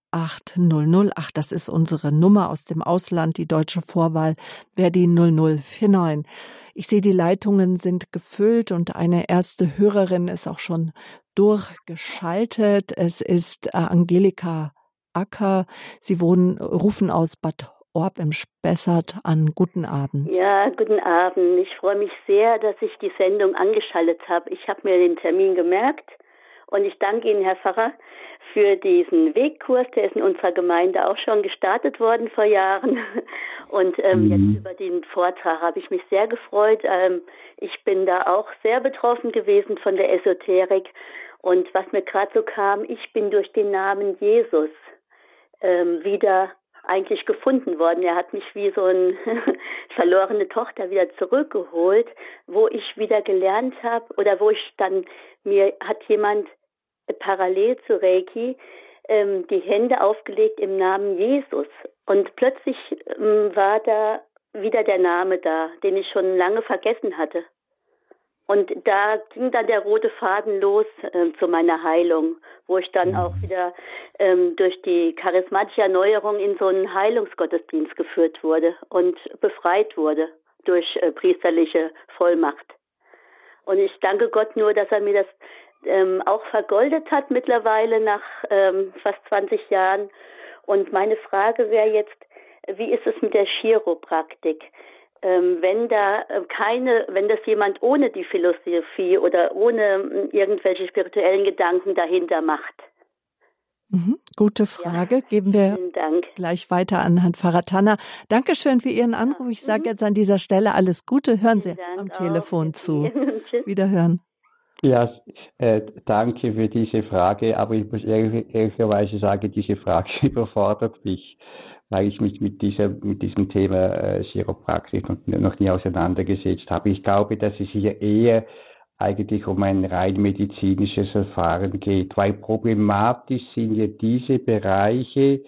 acht null null. Ach, das ist unsere Nummer aus dem Ausland, die deutsche Vorwahl wäre die null null vier neun. Ich sehe, die Leitungen sind gefüllt und eine erste Hörerin ist auch schon durchgeschaltet. Es ist äh, Angelika Acker. Sie wohnen, rufen aus Bad Orb im Spessart an. Guten Abend. Ja, guten Abend. Ich freue mich sehr, dass ich die Sendung angeschaltet habe. Ich habe mir den Termin gemerkt und ich danke Ihnen, Herr Pfarrer, für diesen Wegkurs. Der ist in unserer Gemeinde auch schon gestartet worden vor Jahren. Und ähm, mhm. jetzt über den Vortrag habe ich mich sehr gefreut. Ähm, ich bin da auch sehr betroffen gewesen von der Esoterik. Und was mir gerade so kam, ich bin durch den Namen Jesus ähm, wieder eigentlich gefunden worden. Er hat mich wie so eine verlorene Tochter wieder zurückgeholt, wo ich wieder gelernt habe oder wo ich dann, mir hat jemand parallel zu Reiki ähm, die Hände aufgelegt im Namen Jesus. Und plötzlich ähm, war da wieder der Name da, den ich schon lange vergessen hatte. Und da ging dann der rote Faden los äh, zu meiner Heilung, wo ich dann auch wieder ähm, durch die charismatische Erneuerung in so einen Heilungsgottesdienst geführt wurde und befreit wurde durch äh, priesterliche Vollmacht. Und ich danke Gott nur, dass er mir das ähm, auch vergoldet hat mittlerweile nach ähm, fast zwanzig Jahren. Und meine Frage wäre jetzt, wie ist es mit der Chiropraktik? Ähm, wenn da keine, wenn das jemand ohne die Philosophie oder ohne irgendwelche spirituellen Gedanken dahinter macht. Mhm, gute Frage. Ja, geben wir gleich weiter an Herrn Pfarrer Tanner. Dankeschön für Ihren Anruf. Ich sage mhm. jetzt an dieser Stelle alles Gute. Hören Sie Dank am Telefon zu. Wiederhören. Ja, äh, danke für diese Frage, aber ich muss ehrlich, ehrlicherweise sagen, diese Frage überfordert mich, weil ich mich mit dieser, mit diesem Thema äh, Chiropraktik noch nie auseinandergesetzt habe. Ich glaube, dass es hier eher eigentlich um ein rein medizinisches Verfahren geht, weil problematisch sind ja diese Bereiche,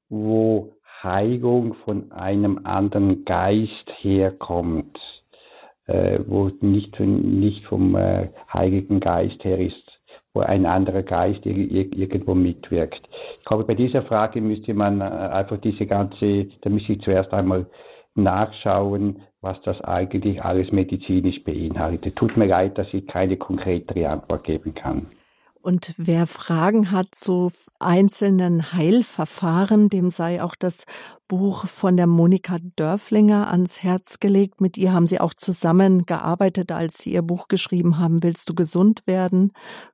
wo Heilung von einem anderen Geist herkommt, äh, wo nicht, nicht vom äh, Heiligen Geist her ist, wo ein anderer Geist irgendwo mitwirkt. Ich glaube, bei dieser Frage müsste man einfach diese ganze, da müsste ich zuerst einmal nachschauen, was das eigentlich alles medizinisch beinhaltet. Tut mir leid, dass ich keine konkretere Antwort geben kann. Und wer Fragen hat zu einzelnen Heilverfahren, dem sei auch das Buch von der Monika Dörflinger ans Herz gelegt. Mit ihr haben sie auch zusammengearbeitet, als sie ihr Buch geschrieben haben, Willst du gesund werden?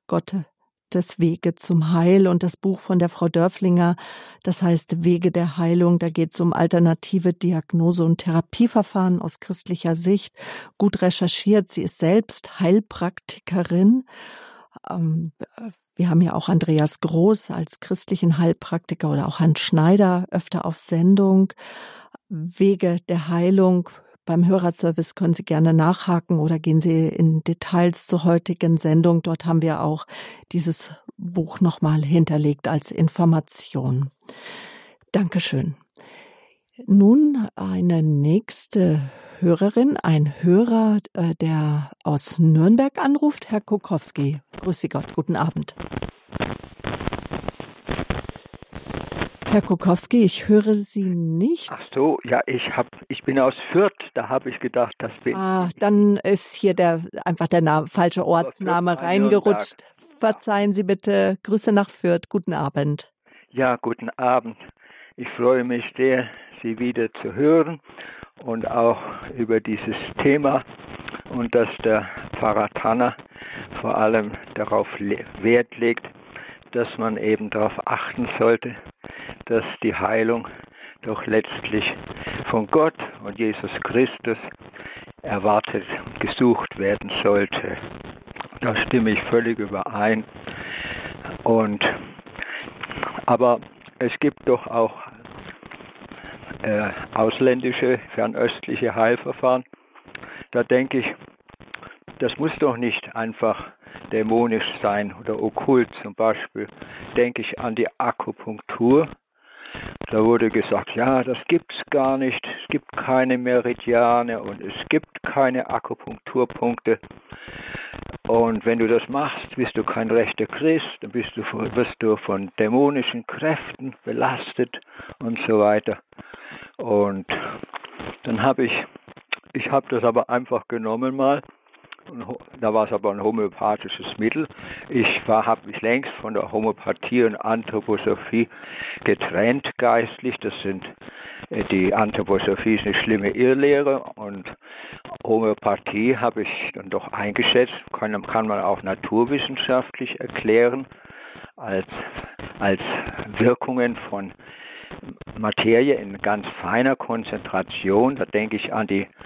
Gottes Wege zum Heil. Und das Buch von der Frau Dörflinger, das heißt Wege der Heilung. Da geht es um alternative Diagnose- und Therapieverfahren aus christlicher Sicht. Gut recherchiert. Sie ist selbst Heilpraktikerin. Wir haben ja auch Andreas Groß als christlichen Heilpraktiker oder auch Herrn Schneider öfter auf Sendung. Wege der Heilung. Beim Hörerservice können Sie gerne nachhaken oder gehen Sie in Details zur heutigen Sendung. Dort haben wir auch dieses Buch nochmal hinterlegt als Information. Dankeschön. Nun eine nächste Hörerin, ein Hörer, der aus Nürnberg anruft, Herr Kukowski. Grüß Sie Gott, guten Abend. Herr Kukowski, ich höre Sie nicht. Ach so, ja, ich hab, ich bin aus Fürth, da habe ich gedacht, das bin Ah, dann ist hier der einfach der Name, falsche Ortsname reingerutscht. Verzeihen Sie bitte. Grüße nach Fürth, guten Abend. Ja, guten Abend. Ich freue mich sehr, Sie wieder zu hören und auch über dieses Thema und dass der Pfarrer Tanner vor allem darauf Wert legt, dass man eben darauf achten sollte, dass die Heilung doch letztlich von Gott und Jesus Christus erwartet und gesucht werden sollte. Da stimme ich völlig überein. Und aber es gibt doch auch äh, ausländische, fernöstliche Heilverfahren. Da denke ich, das muss doch nicht einfach dämonisch sein oder okkult. Zum Beispiel denke ich an die Akupunktur. Da wurde gesagt, ja, das gibt's gar nicht. Es gibt keine Meridiane und es gibt keine Akupunkturpunkte. Und wenn du das machst, bist du kein rechter Christ, dann bist du, wirst du von dämonischen Kräften belastet und so weiter. Und dann habe ich, ich habe das aber einfach genommen mal. Da war es aber ein homöopathisches Mittel. Ich habe mich längst von der Homöopathie und Anthroposophie getrennt geistlich. Das sind die Anthroposophie ist eine schlimme Irrlehre und Homöopathie habe ich dann doch eingeschätzt, kann, kann man auch naturwissenschaftlich erklären als, als Wirkungen von Materie in ganz feiner Konzentration. Da denke ich an die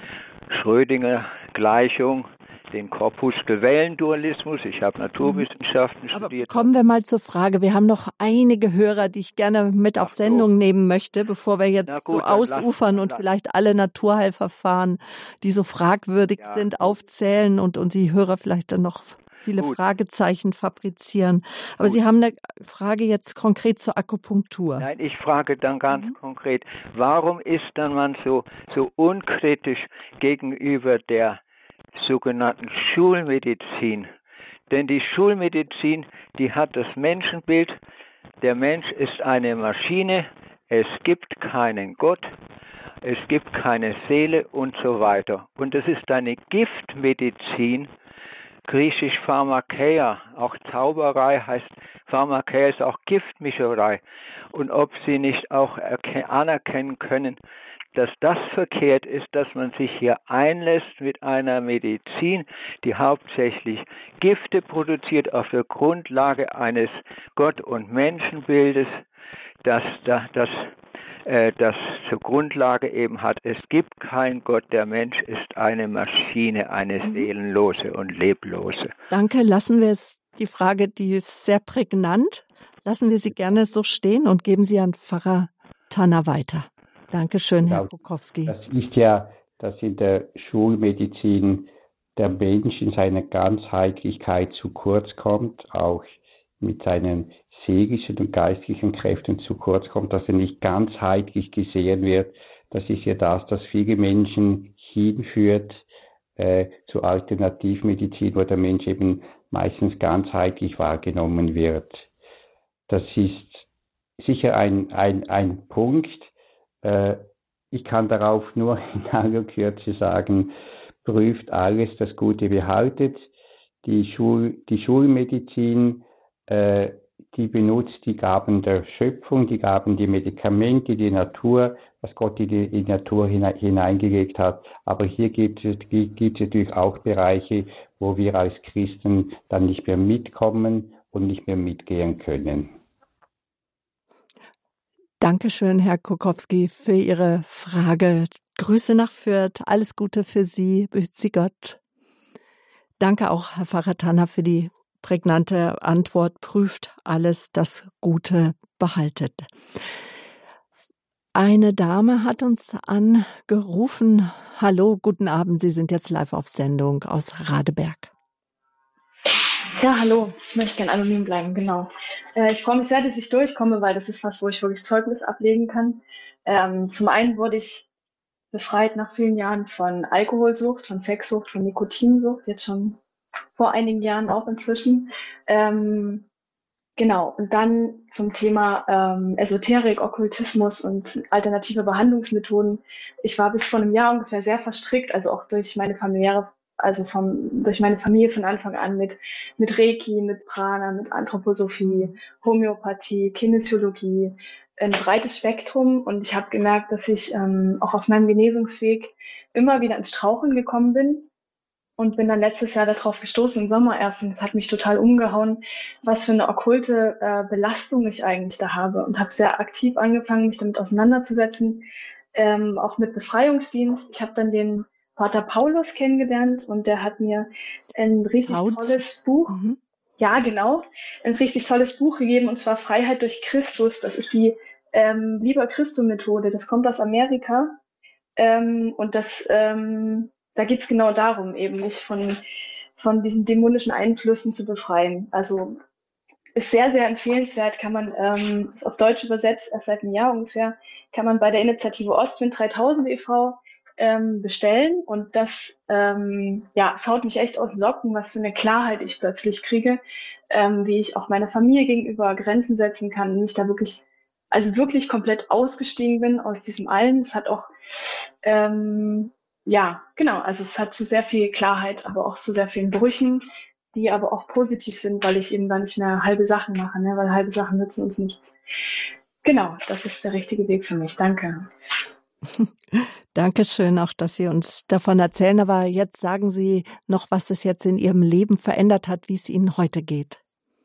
Schrödinger-Gleichung, den Korpuskel-Wellen-Dualismus. Ich habe Naturwissenschaften Aber studiert. Kommen wir mal zur Frage. Wir haben noch einige Hörer, die ich gerne mit auf so. Sendung nehmen möchte, bevor wir jetzt gut, so ausufern lass, und lass. vielleicht alle Naturheilverfahren, die so fragwürdig Ja, sind, gut. aufzählen und, und die Hörer vielleicht dann noch viele Gut. Fragezeichen fabrizieren. Aber Gut. Sie haben eine Frage jetzt konkret zur Akupunktur. Nein, ich frage dann ganz Mhm. konkret, warum ist dann man so, so unkritisch gegenüber der sogenannten Schulmedizin? Denn die Schulmedizin, die hat das Menschenbild, der Mensch ist eine Maschine, es gibt keinen Gott, es gibt keine Seele und so weiter. Und das ist eine Giftmedizin, griechisch Pharmakeia, auch Zauberei heißt, Pharmakeia ist auch Giftmischerei. Und ob Sie nicht auch anerkennen können, dass das verkehrt ist, dass man sich hier einlässt mit einer Medizin, die hauptsächlich Gifte produziert auf der Grundlage eines Gott- und Menschenbildes, das, das, das, äh, das zur Grundlage eben hat, es gibt keinen Gott, der Mensch ist eine Maschine, eine Mhm. seelenlose und leblose. Danke, lassen wir es, die Frage, die ist sehr prägnant, lassen wir sie gerne so stehen und geben sie an Pfarrer Tanner weiter. Dankeschön, Herr Genau. Krokowski. Das ist ja, dass in der Schulmedizin der Mensch in seiner Ganzheitlichkeit zu kurz kommt, auch mit seinen seelischen und geistlichen Kräften zu kurz kommt, dass er nicht ganzheitlich gesehen wird. Das ist ja das, das viele Menschen hinführt äh, zur Alternativmedizin, wo der Mensch eben meistens ganzheitlich wahrgenommen wird. Das ist sicher ein, ein, ein Punkt. Äh, ich kann darauf nur in aller Kürze sagen, prüft alles, das Gute behaltet. Die, Schul, die Schulmedizin, äh, die benutzt die Gaben der Schöpfung, die Gaben, die Medikamente, die Natur, was Gott in die, in die Natur hinein, hineingelegt hat. Aber hier gibt es, gibt es natürlich auch Bereiche, wo wir als Christen dann nicht mehr mitkommen und nicht mehr mitgehen können. Dankeschön, Herr Krokowski, für Ihre Frage. Grüße nach Fürth, alles Gute für Sie, behüt Sie Gott. Danke auch, Herr Pfarrer Tanner, für die prägnante Antwort. Prüft alles, das Gute behaltet. Eine Dame hat uns angerufen. Hallo, guten Abend, Sie sind jetzt live auf Sendung aus Radeberg. Ja, hallo. Ich möchte gerne anonym bleiben, genau. Äh, ich freue mich sehr, dass ich durchkomme, weil das ist was, wo ich wirklich Zeugnis ablegen kann. Ähm, zum einen wurde ich befreit nach vielen Jahren von Alkoholsucht, von Sexsucht, von Nikotinsucht, jetzt schon vor einigen Jahren auch inzwischen. Ähm, genau, und dann zum Thema ähm, Esoterik, Okkultismus und alternative Behandlungsmethoden. Ich war bis vor einem Jahr ungefähr sehr verstrickt, also auch durch meine familiäre also vom, durch meine Familie von Anfang an mit, mit Reiki, mit Prana, mit Anthroposophie, Homöopathie, Kinesiologie, ein breites Spektrum. Und ich habe gemerkt, dass ich ähm, auch auf meinem Genesungsweg immer wieder ins Straucheln gekommen bin und bin dann letztes Jahr darauf gestoßen, im Sommer erst. Und es hat mich total umgehauen, was für eine okkulte äh, Belastung ich eigentlich da habe. Und habe sehr aktiv angefangen, mich damit auseinanderzusetzen, ähm, auch mit Befreiungsdienst. Ich habe dann den Pater Paulus kennengelernt und der hat mir ein richtig Pauz. tolles Buch, Mhm. ja genau, ein richtig tolles Buch gegeben und zwar Freiheit durch Christus. Das ist die ähm, Liber Christo Methode. Das kommt aus Amerika ähm, und das ähm, da geht es genau darum, eben mich von von diesen dämonischen Einflüssen zu befreien. Also ist sehr, sehr empfehlenswert, kann man ähm, auf Deutsch übersetzt, erst seit einem Jahr ungefähr, kann man bei der Initiative Ostwind dreitausend e V ähm, bestellen und das, ähm, ja, es haut mich echt aus den Socken, was für eine Klarheit ich plötzlich kriege, ähm, wie ich auch meiner Familie gegenüber Grenzen setzen kann und mich da wirklich, also wirklich komplett ausgestiegen bin aus diesem Allen. Es hat auch, ähm, ja, genau, also es hat zu sehr viel Klarheit, aber auch zu sehr vielen Brüchen, die aber auch positiv sind, weil ich eben dann nicht mehr halbe Sachen mache, ne? Weil halbe Sachen nützen uns nichts. Genau, das ist der richtige Weg für mich. Danke. Dankeschön auch, dass Sie uns davon erzählen. Aber jetzt sagen Sie noch, was es jetzt in Ihrem Leben verändert hat, wie es Ihnen heute geht.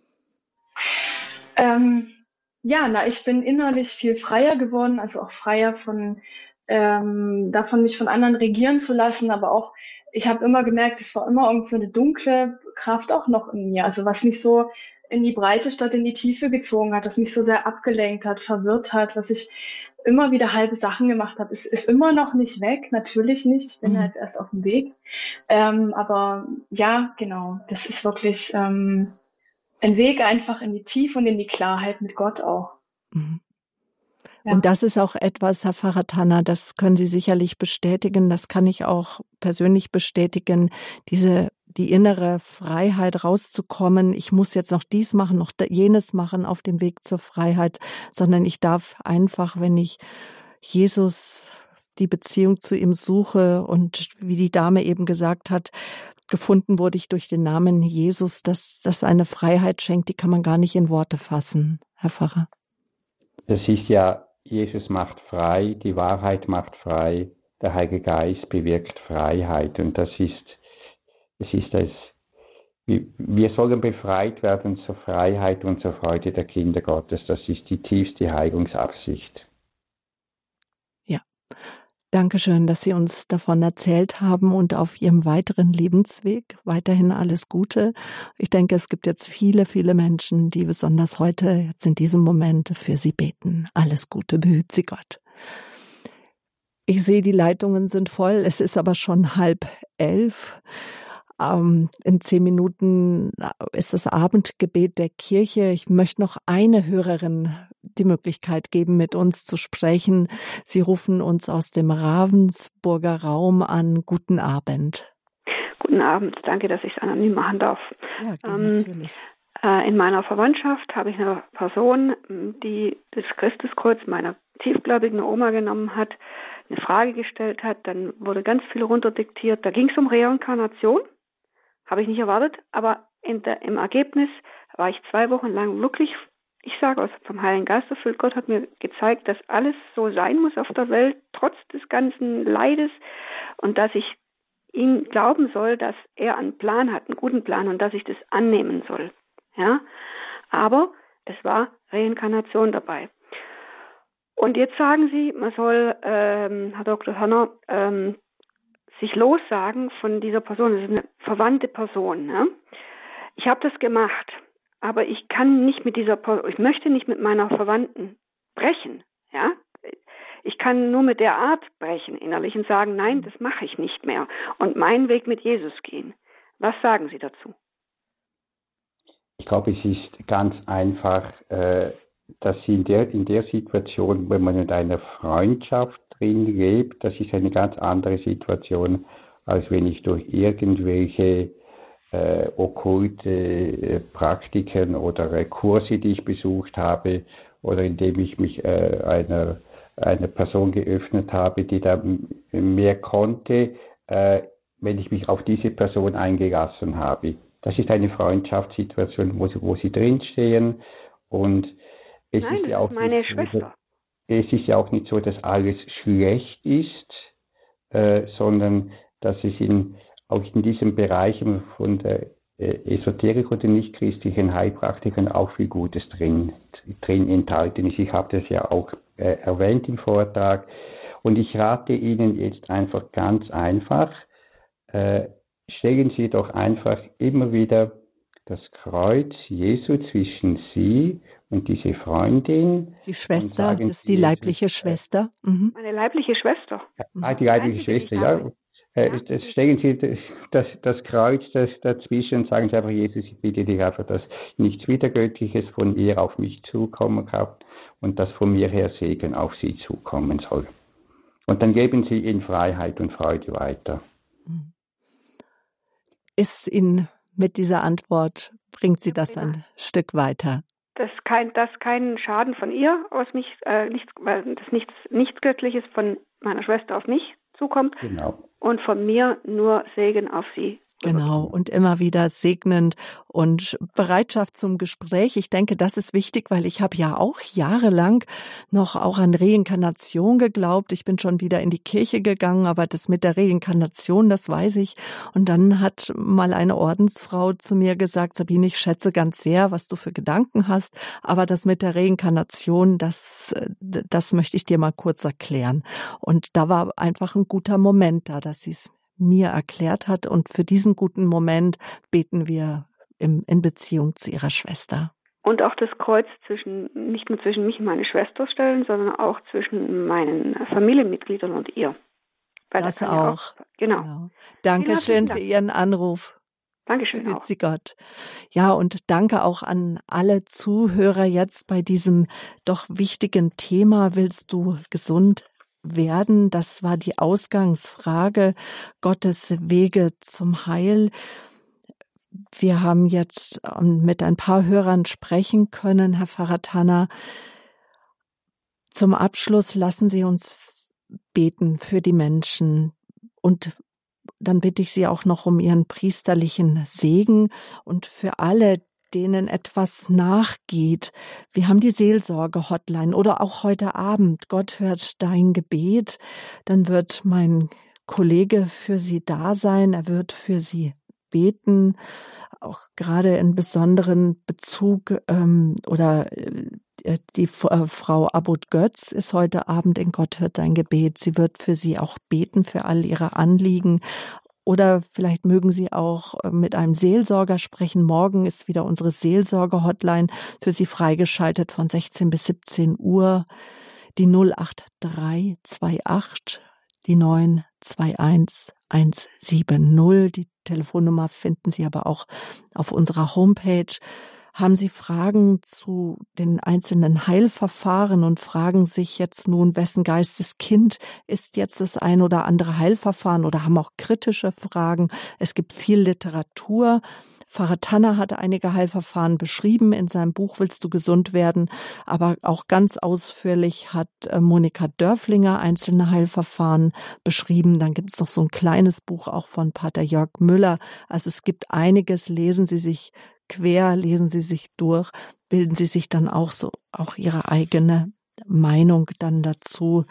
Ähm, ja, na, ich bin innerlich viel freier geworden, also auch freier von ähm, davon, mich von anderen regieren zu lassen. Aber auch, ich habe immer gemerkt, es war immer irgendwie so eine dunkle Kraft auch noch in mir. Also was mich so in die Breite statt in die Tiefe gezogen hat, was mich so sehr abgelenkt hat, verwirrt hat, was ich immer wieder halbe Sachen gemacht habe. Es ist immer noch nicht weg, natürlich nicht. Ich bin mhm. jetzt erst auf dem Weg. Ähm, aber ja, genau, das ist wirklich ähm, ein Weg einfach in die Tiefe und in die Klarheit mit Gott auch. Mhm. Ja. Und das ist auch etwas, Herr Pfarrer Tanner, das können Sie sicherlich bestätigen, das kann ich auch persönlich bestätigen, diese die innere Freiheit rauszukommen, ich muss jetzt noch dies machen, noch jenes machen auf dem Weg zur Freiheit, sondern ich darf einfach, wenn ich Jesus, die Beziehung zu ihm suche und wie die Dame eben gesagt hat, gefunden wurde ich durch den Namen Jesus, dass das eine Freiheit schenkt, die kann man gar nicht in Worte fassen, Herr Pfarrer. Das ist ja, Jesus macht frei, die Wahrheit macht frei, der Heilige Geist bewirkt Freiheit und das ist Es ist das, wir sollen befreit werden zur Freiheit und zur Freude der Kinder Gottes. Das ist die tiefste Heilungsabsicht. Ja, Dankeschön, dass Sie uns davon erzählt haben und auf Ihrem weiteren Lebensweg weiterhin alles Gute. Ich denke, es gibt jetzt viele, viele Menschen, die besonders heute, jetzt in diesem Moment für Sie beten. Alles Gute, behüt Sie Gott. Ich sehe, die Leitungen sind voll. Es ist aber schon halb elf. Ähm, in zehn Minuten ist das Abendgebet der Kirche. Ich möchte noch eine Hörerin die Möglichkeit geben, mit uns zu sprechen. Sie rufen uns aus dem Ravensburger Raum an. Guten Abend. Guten Abend. Danke, dass ich es anonym machen darf. Ja, ähm, natürlich. Äh, in meiner Verwandtschaft habe ich eine Person, die das Christuskreuz meiner tiefgläubigen Oma genommen hat, eine Frage gestellt hat, dann wurde ganz viel runterdiktiert. Da ging es um Reinkarnation. Habe ich nicht erwartet, aber in der, im Ergebnis war ich zwei Wochen lang wirklich, ich sage aus vom Heiligen Geist erfüllt. Gott hat mir gezeigt, dass alles so sein muss auf der Welt, trotz des ganzen Leides und dass ich ihm glauben soll, dass er einen Plan hat, einen guten Plan und dass ich das annehmen soll. Ja, aber es war Reinkarnation dabei. Und jetzt sagen Sie, man soll, ähm, Herr Doktor Hörner, ähm, sich lossagen von dieser Person. Das ist eine verwandte Person. Ne? Ich habe das gemacht, aber ich kann nicht mit dieser Person, ich möchte nicht mit meiner Verwandten brechen. Ja? Ich kann nur mit der Art brechen innerlich und sagen, nein, das mache ich nicht mehr und meinen Weg mit Jesus gehen. Was sagen Sie dazu? Ich glaube, es ist ganz einfach, äh, dass Sie in der, in der Situation, wenn man in einer Freundschaft drin lebt, das ist eine ganz andere Situation, als wenn ich durch irgendwelche äh, okkulte äh, Praktiken oder äh, Kurse, die ich besucht habe, oder indem ich mich äh, einer, einer Person geöffnet habe, die da mehr konnte, äh, wenn ich mich auf diese Person eingelassen habe. Das ist eine Freundschaftssituation, wo sie, wo sie drinstehen und es Nein, ist das ja auch ist meine nicht, Schwester. Es ist ja auch nicht so, dass alles schlecht ist, äh, sondern dass es in, auch in diesen Bereichen von der äh, Esoterik oder nichtchristlichen Heilpraktikern auch viel Gutes drin, drin enthalten ist. Ich habe das ja auch äh, erwähnt im Vortrag und ich rate Ihnen jetzt einfach ganz einfach, äh, stellen Sie doch einfach immer wieder das Kreuz Jesu zwischen Sie und diese Freundin. Die Schwester, das ist die leibliche Schwester. Mhm. Meine leibliche Schwester. Ah, die leibliche Schwester, ja. Äh, das, stellen Sie das, das, das Kreuz das dazwischen und sagen Sie einfach, Jesus, ich bitte dich einfach, dass nichts Widergöttliches von ihr auf mich zukommen kann und dass von mir her Segen auf Sie zukommen soll. Und dann geben sie in Freiheit und Freude weiter. Ist Ihnen mit dieser Antwort, bringt Sie das ein Stück weiter? Dass kein, dass kein Schaden von ihr aus mich, äh, nichts, weil das nichts, nichts Göttliches von meiner Schwester auf mich zukommt. Genau. Und von mir nur Segen auf sie. Genau, und immer wieder segnend und Bereitschaft zum Gespräch. Ich denke, das ist wichtig, weil ich habe ja auch jahrelang noch auch an Reinkarnation geglaubt. Ich bin schon wieder in die Kirche gegangen, aber das mit der Reinkarnation, das weiß ich. Und dann hat mal eine Ordensfrau zu mir gesagt, Sabine, ich schätze ganz sehr, was du für Gedanken hast, aber das mit der Reinkarnation, das, das möchte ich dir mal kurz erklären. Und da war einfach ein guter Moment da, dass sie es mir erklärt hat. Und für diesen guten Moment beten wir im, in Beziehung zu ihrer Schwester. Und auch das Kreuz zwischen, nicht nur zwischen mich und meine Schwester stellen, sondern auch zwischen meinen Familienmitgliedern und ihr. Weil das, das auch. Ja auch. Genau. genau. Dankeschön für Ihren Anruf. Dankeschön. Grüß Sie Gott. Ja, und danke auch an alle Zuhörer jetzt bei diesem doch wichtigen Thema. Willst du gesund werden? Das war die Ausgangsfrage. Gottes Wege zum Heil. Wir haben jetzt mit ein paar Hörern sprechen können, Herr Pfarrer Tanner. Zum Abschluss lassen Sie uns beten für die Menschen. Und dann bitte ich Sie auch noch um Ihren priesterlichen Segen und für alle, denen etwas nachgeht. Wir haben die Seelsorge-Hotline oder auch heute Abend. Gott hört dein Gebet. Dann wird mein Kollege für Sie da sein. Er wird für Sie beten. Auch gerade in besonderen Bezug ähm, oder äh, die äh, Frau Abbot Götz ist heute Abend in Gott hört dein Gebet. Sie wird für Sie auch beten, für all Ihre Anliegen. Oder vielleicht mögen Sie auch mit einem Seelsorger sprechen. Morgen ist wieder unsere Seelsorge-Hotline für Sie freigeschaltet von sechzehn bis siebzehn Uhr. Die null acht drei zwei acht, die neun zwei eins eins sieben null. Die Telefonnummer finden Sie aber auch auf unserer Homepage. Haben Sie Fragen zu den einzelnen Heilverfahren und fragen sich jetzt nun, wessen Geisteskind ist jetzt das ein oder andere Heilverfahren oder haben auch kritische Fragen? Es gibt viel Literatur. Pfarrer Tanner hatte einige Heilverfahren beschrieben in seinem Buch Willst du gesund werden? Aber auch ganz ausführlich hat Monika Dörflinger einzelne Heilverfahren beschrieben. Dann gibt es noch so ein kleines Buch auch von Pater Jörg Müller. Also es gibt einiges, lesen Sie sich quer, lesen Sie sich durch, bilden Sie sich dann auch so auch Ihre eigene Meinung dann dazu.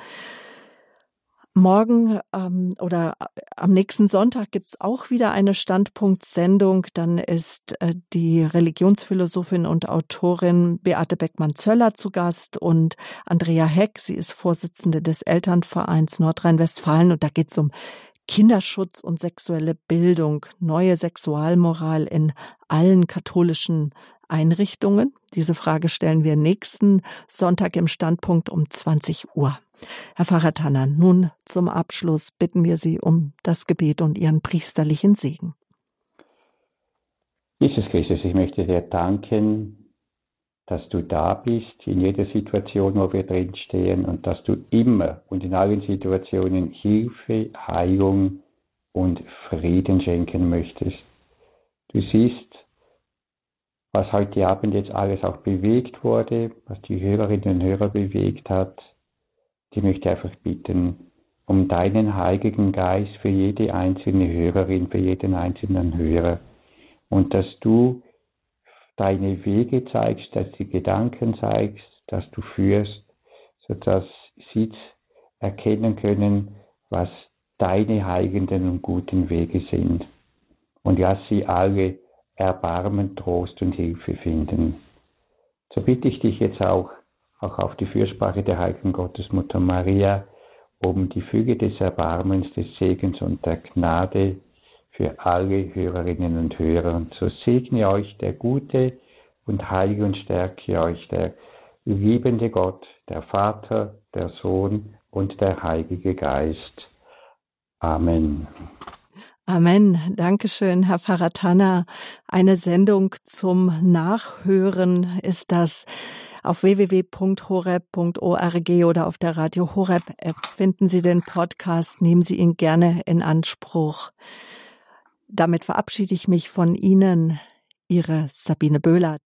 Morgen ähm, oder am nächsten Sonntag gibt's auch wieder eine Standpunktsendung. Dann ist äh, die Religionsphilosophin und Autorin Beate Beckmann-Zöller zu Gast und Andrea Heck. Sie ist Vorsitzende des Elternvereins Nordrhein-Westfalen und da geht's um Kinderschutz und sexuelle Bildung, neue Sexualmoral in allen katholischen Einrichtungen. Diese Frage stellen wir nächsten Sonntag im Standpunkt um zwanzig Uhr. Herr Pfarrer Tanner, nun zum Abschluss bitten wir Sie um das Gebet und Ihren priesterlichen Segen. Jesus Christus, ich möchte dir danken, dass du da bist in jeder Situation, wo wir drinstehen und dass du immer und in allen Situationen Hilfe, Heilung und Frieden schenken möchtest. Du siehst, was heute Abend jetzt alles auch bewegt wurde, was die Hörerinnen und Hörer bewegt hat. Ich möchte einfach bitten um deinen Heiligen Geist für jede einzelne Hörerin, für jeden einzelnen Hörer und dass du deine Wege zeigst, dass du Gedanken zeigst, dass du führst, sodass sie erkennen können, was deine heilenden und guten Wege sind. Und lass sie alle Erbarmen, Trost und Hilfe finden. So bitte ich dich jetzt auch, auch auf die Fürsprache der heiligen Gottesmutter Maria, um die Fülle des Erbarmens, des Segens und der Gnade für alle Hörerinnen und Hörer. Und so segne euch der gute und heilige und stärke euch der liebende Gott, der Vater, der Sohn und der Heilige Geist. Amen. Amen. Dankeschön, Herr Pfarrer Tanner. Eine Sendung zum Nachhören ist das. Auf w w w punkt horeb punkt org oder auf der Radio Horeb App finden Sie den Podcast. Nehmen Sie ihn gerne in Anspruch. Damit verabschiede ich mich von Ihnen, Ihre Sabine Böhler.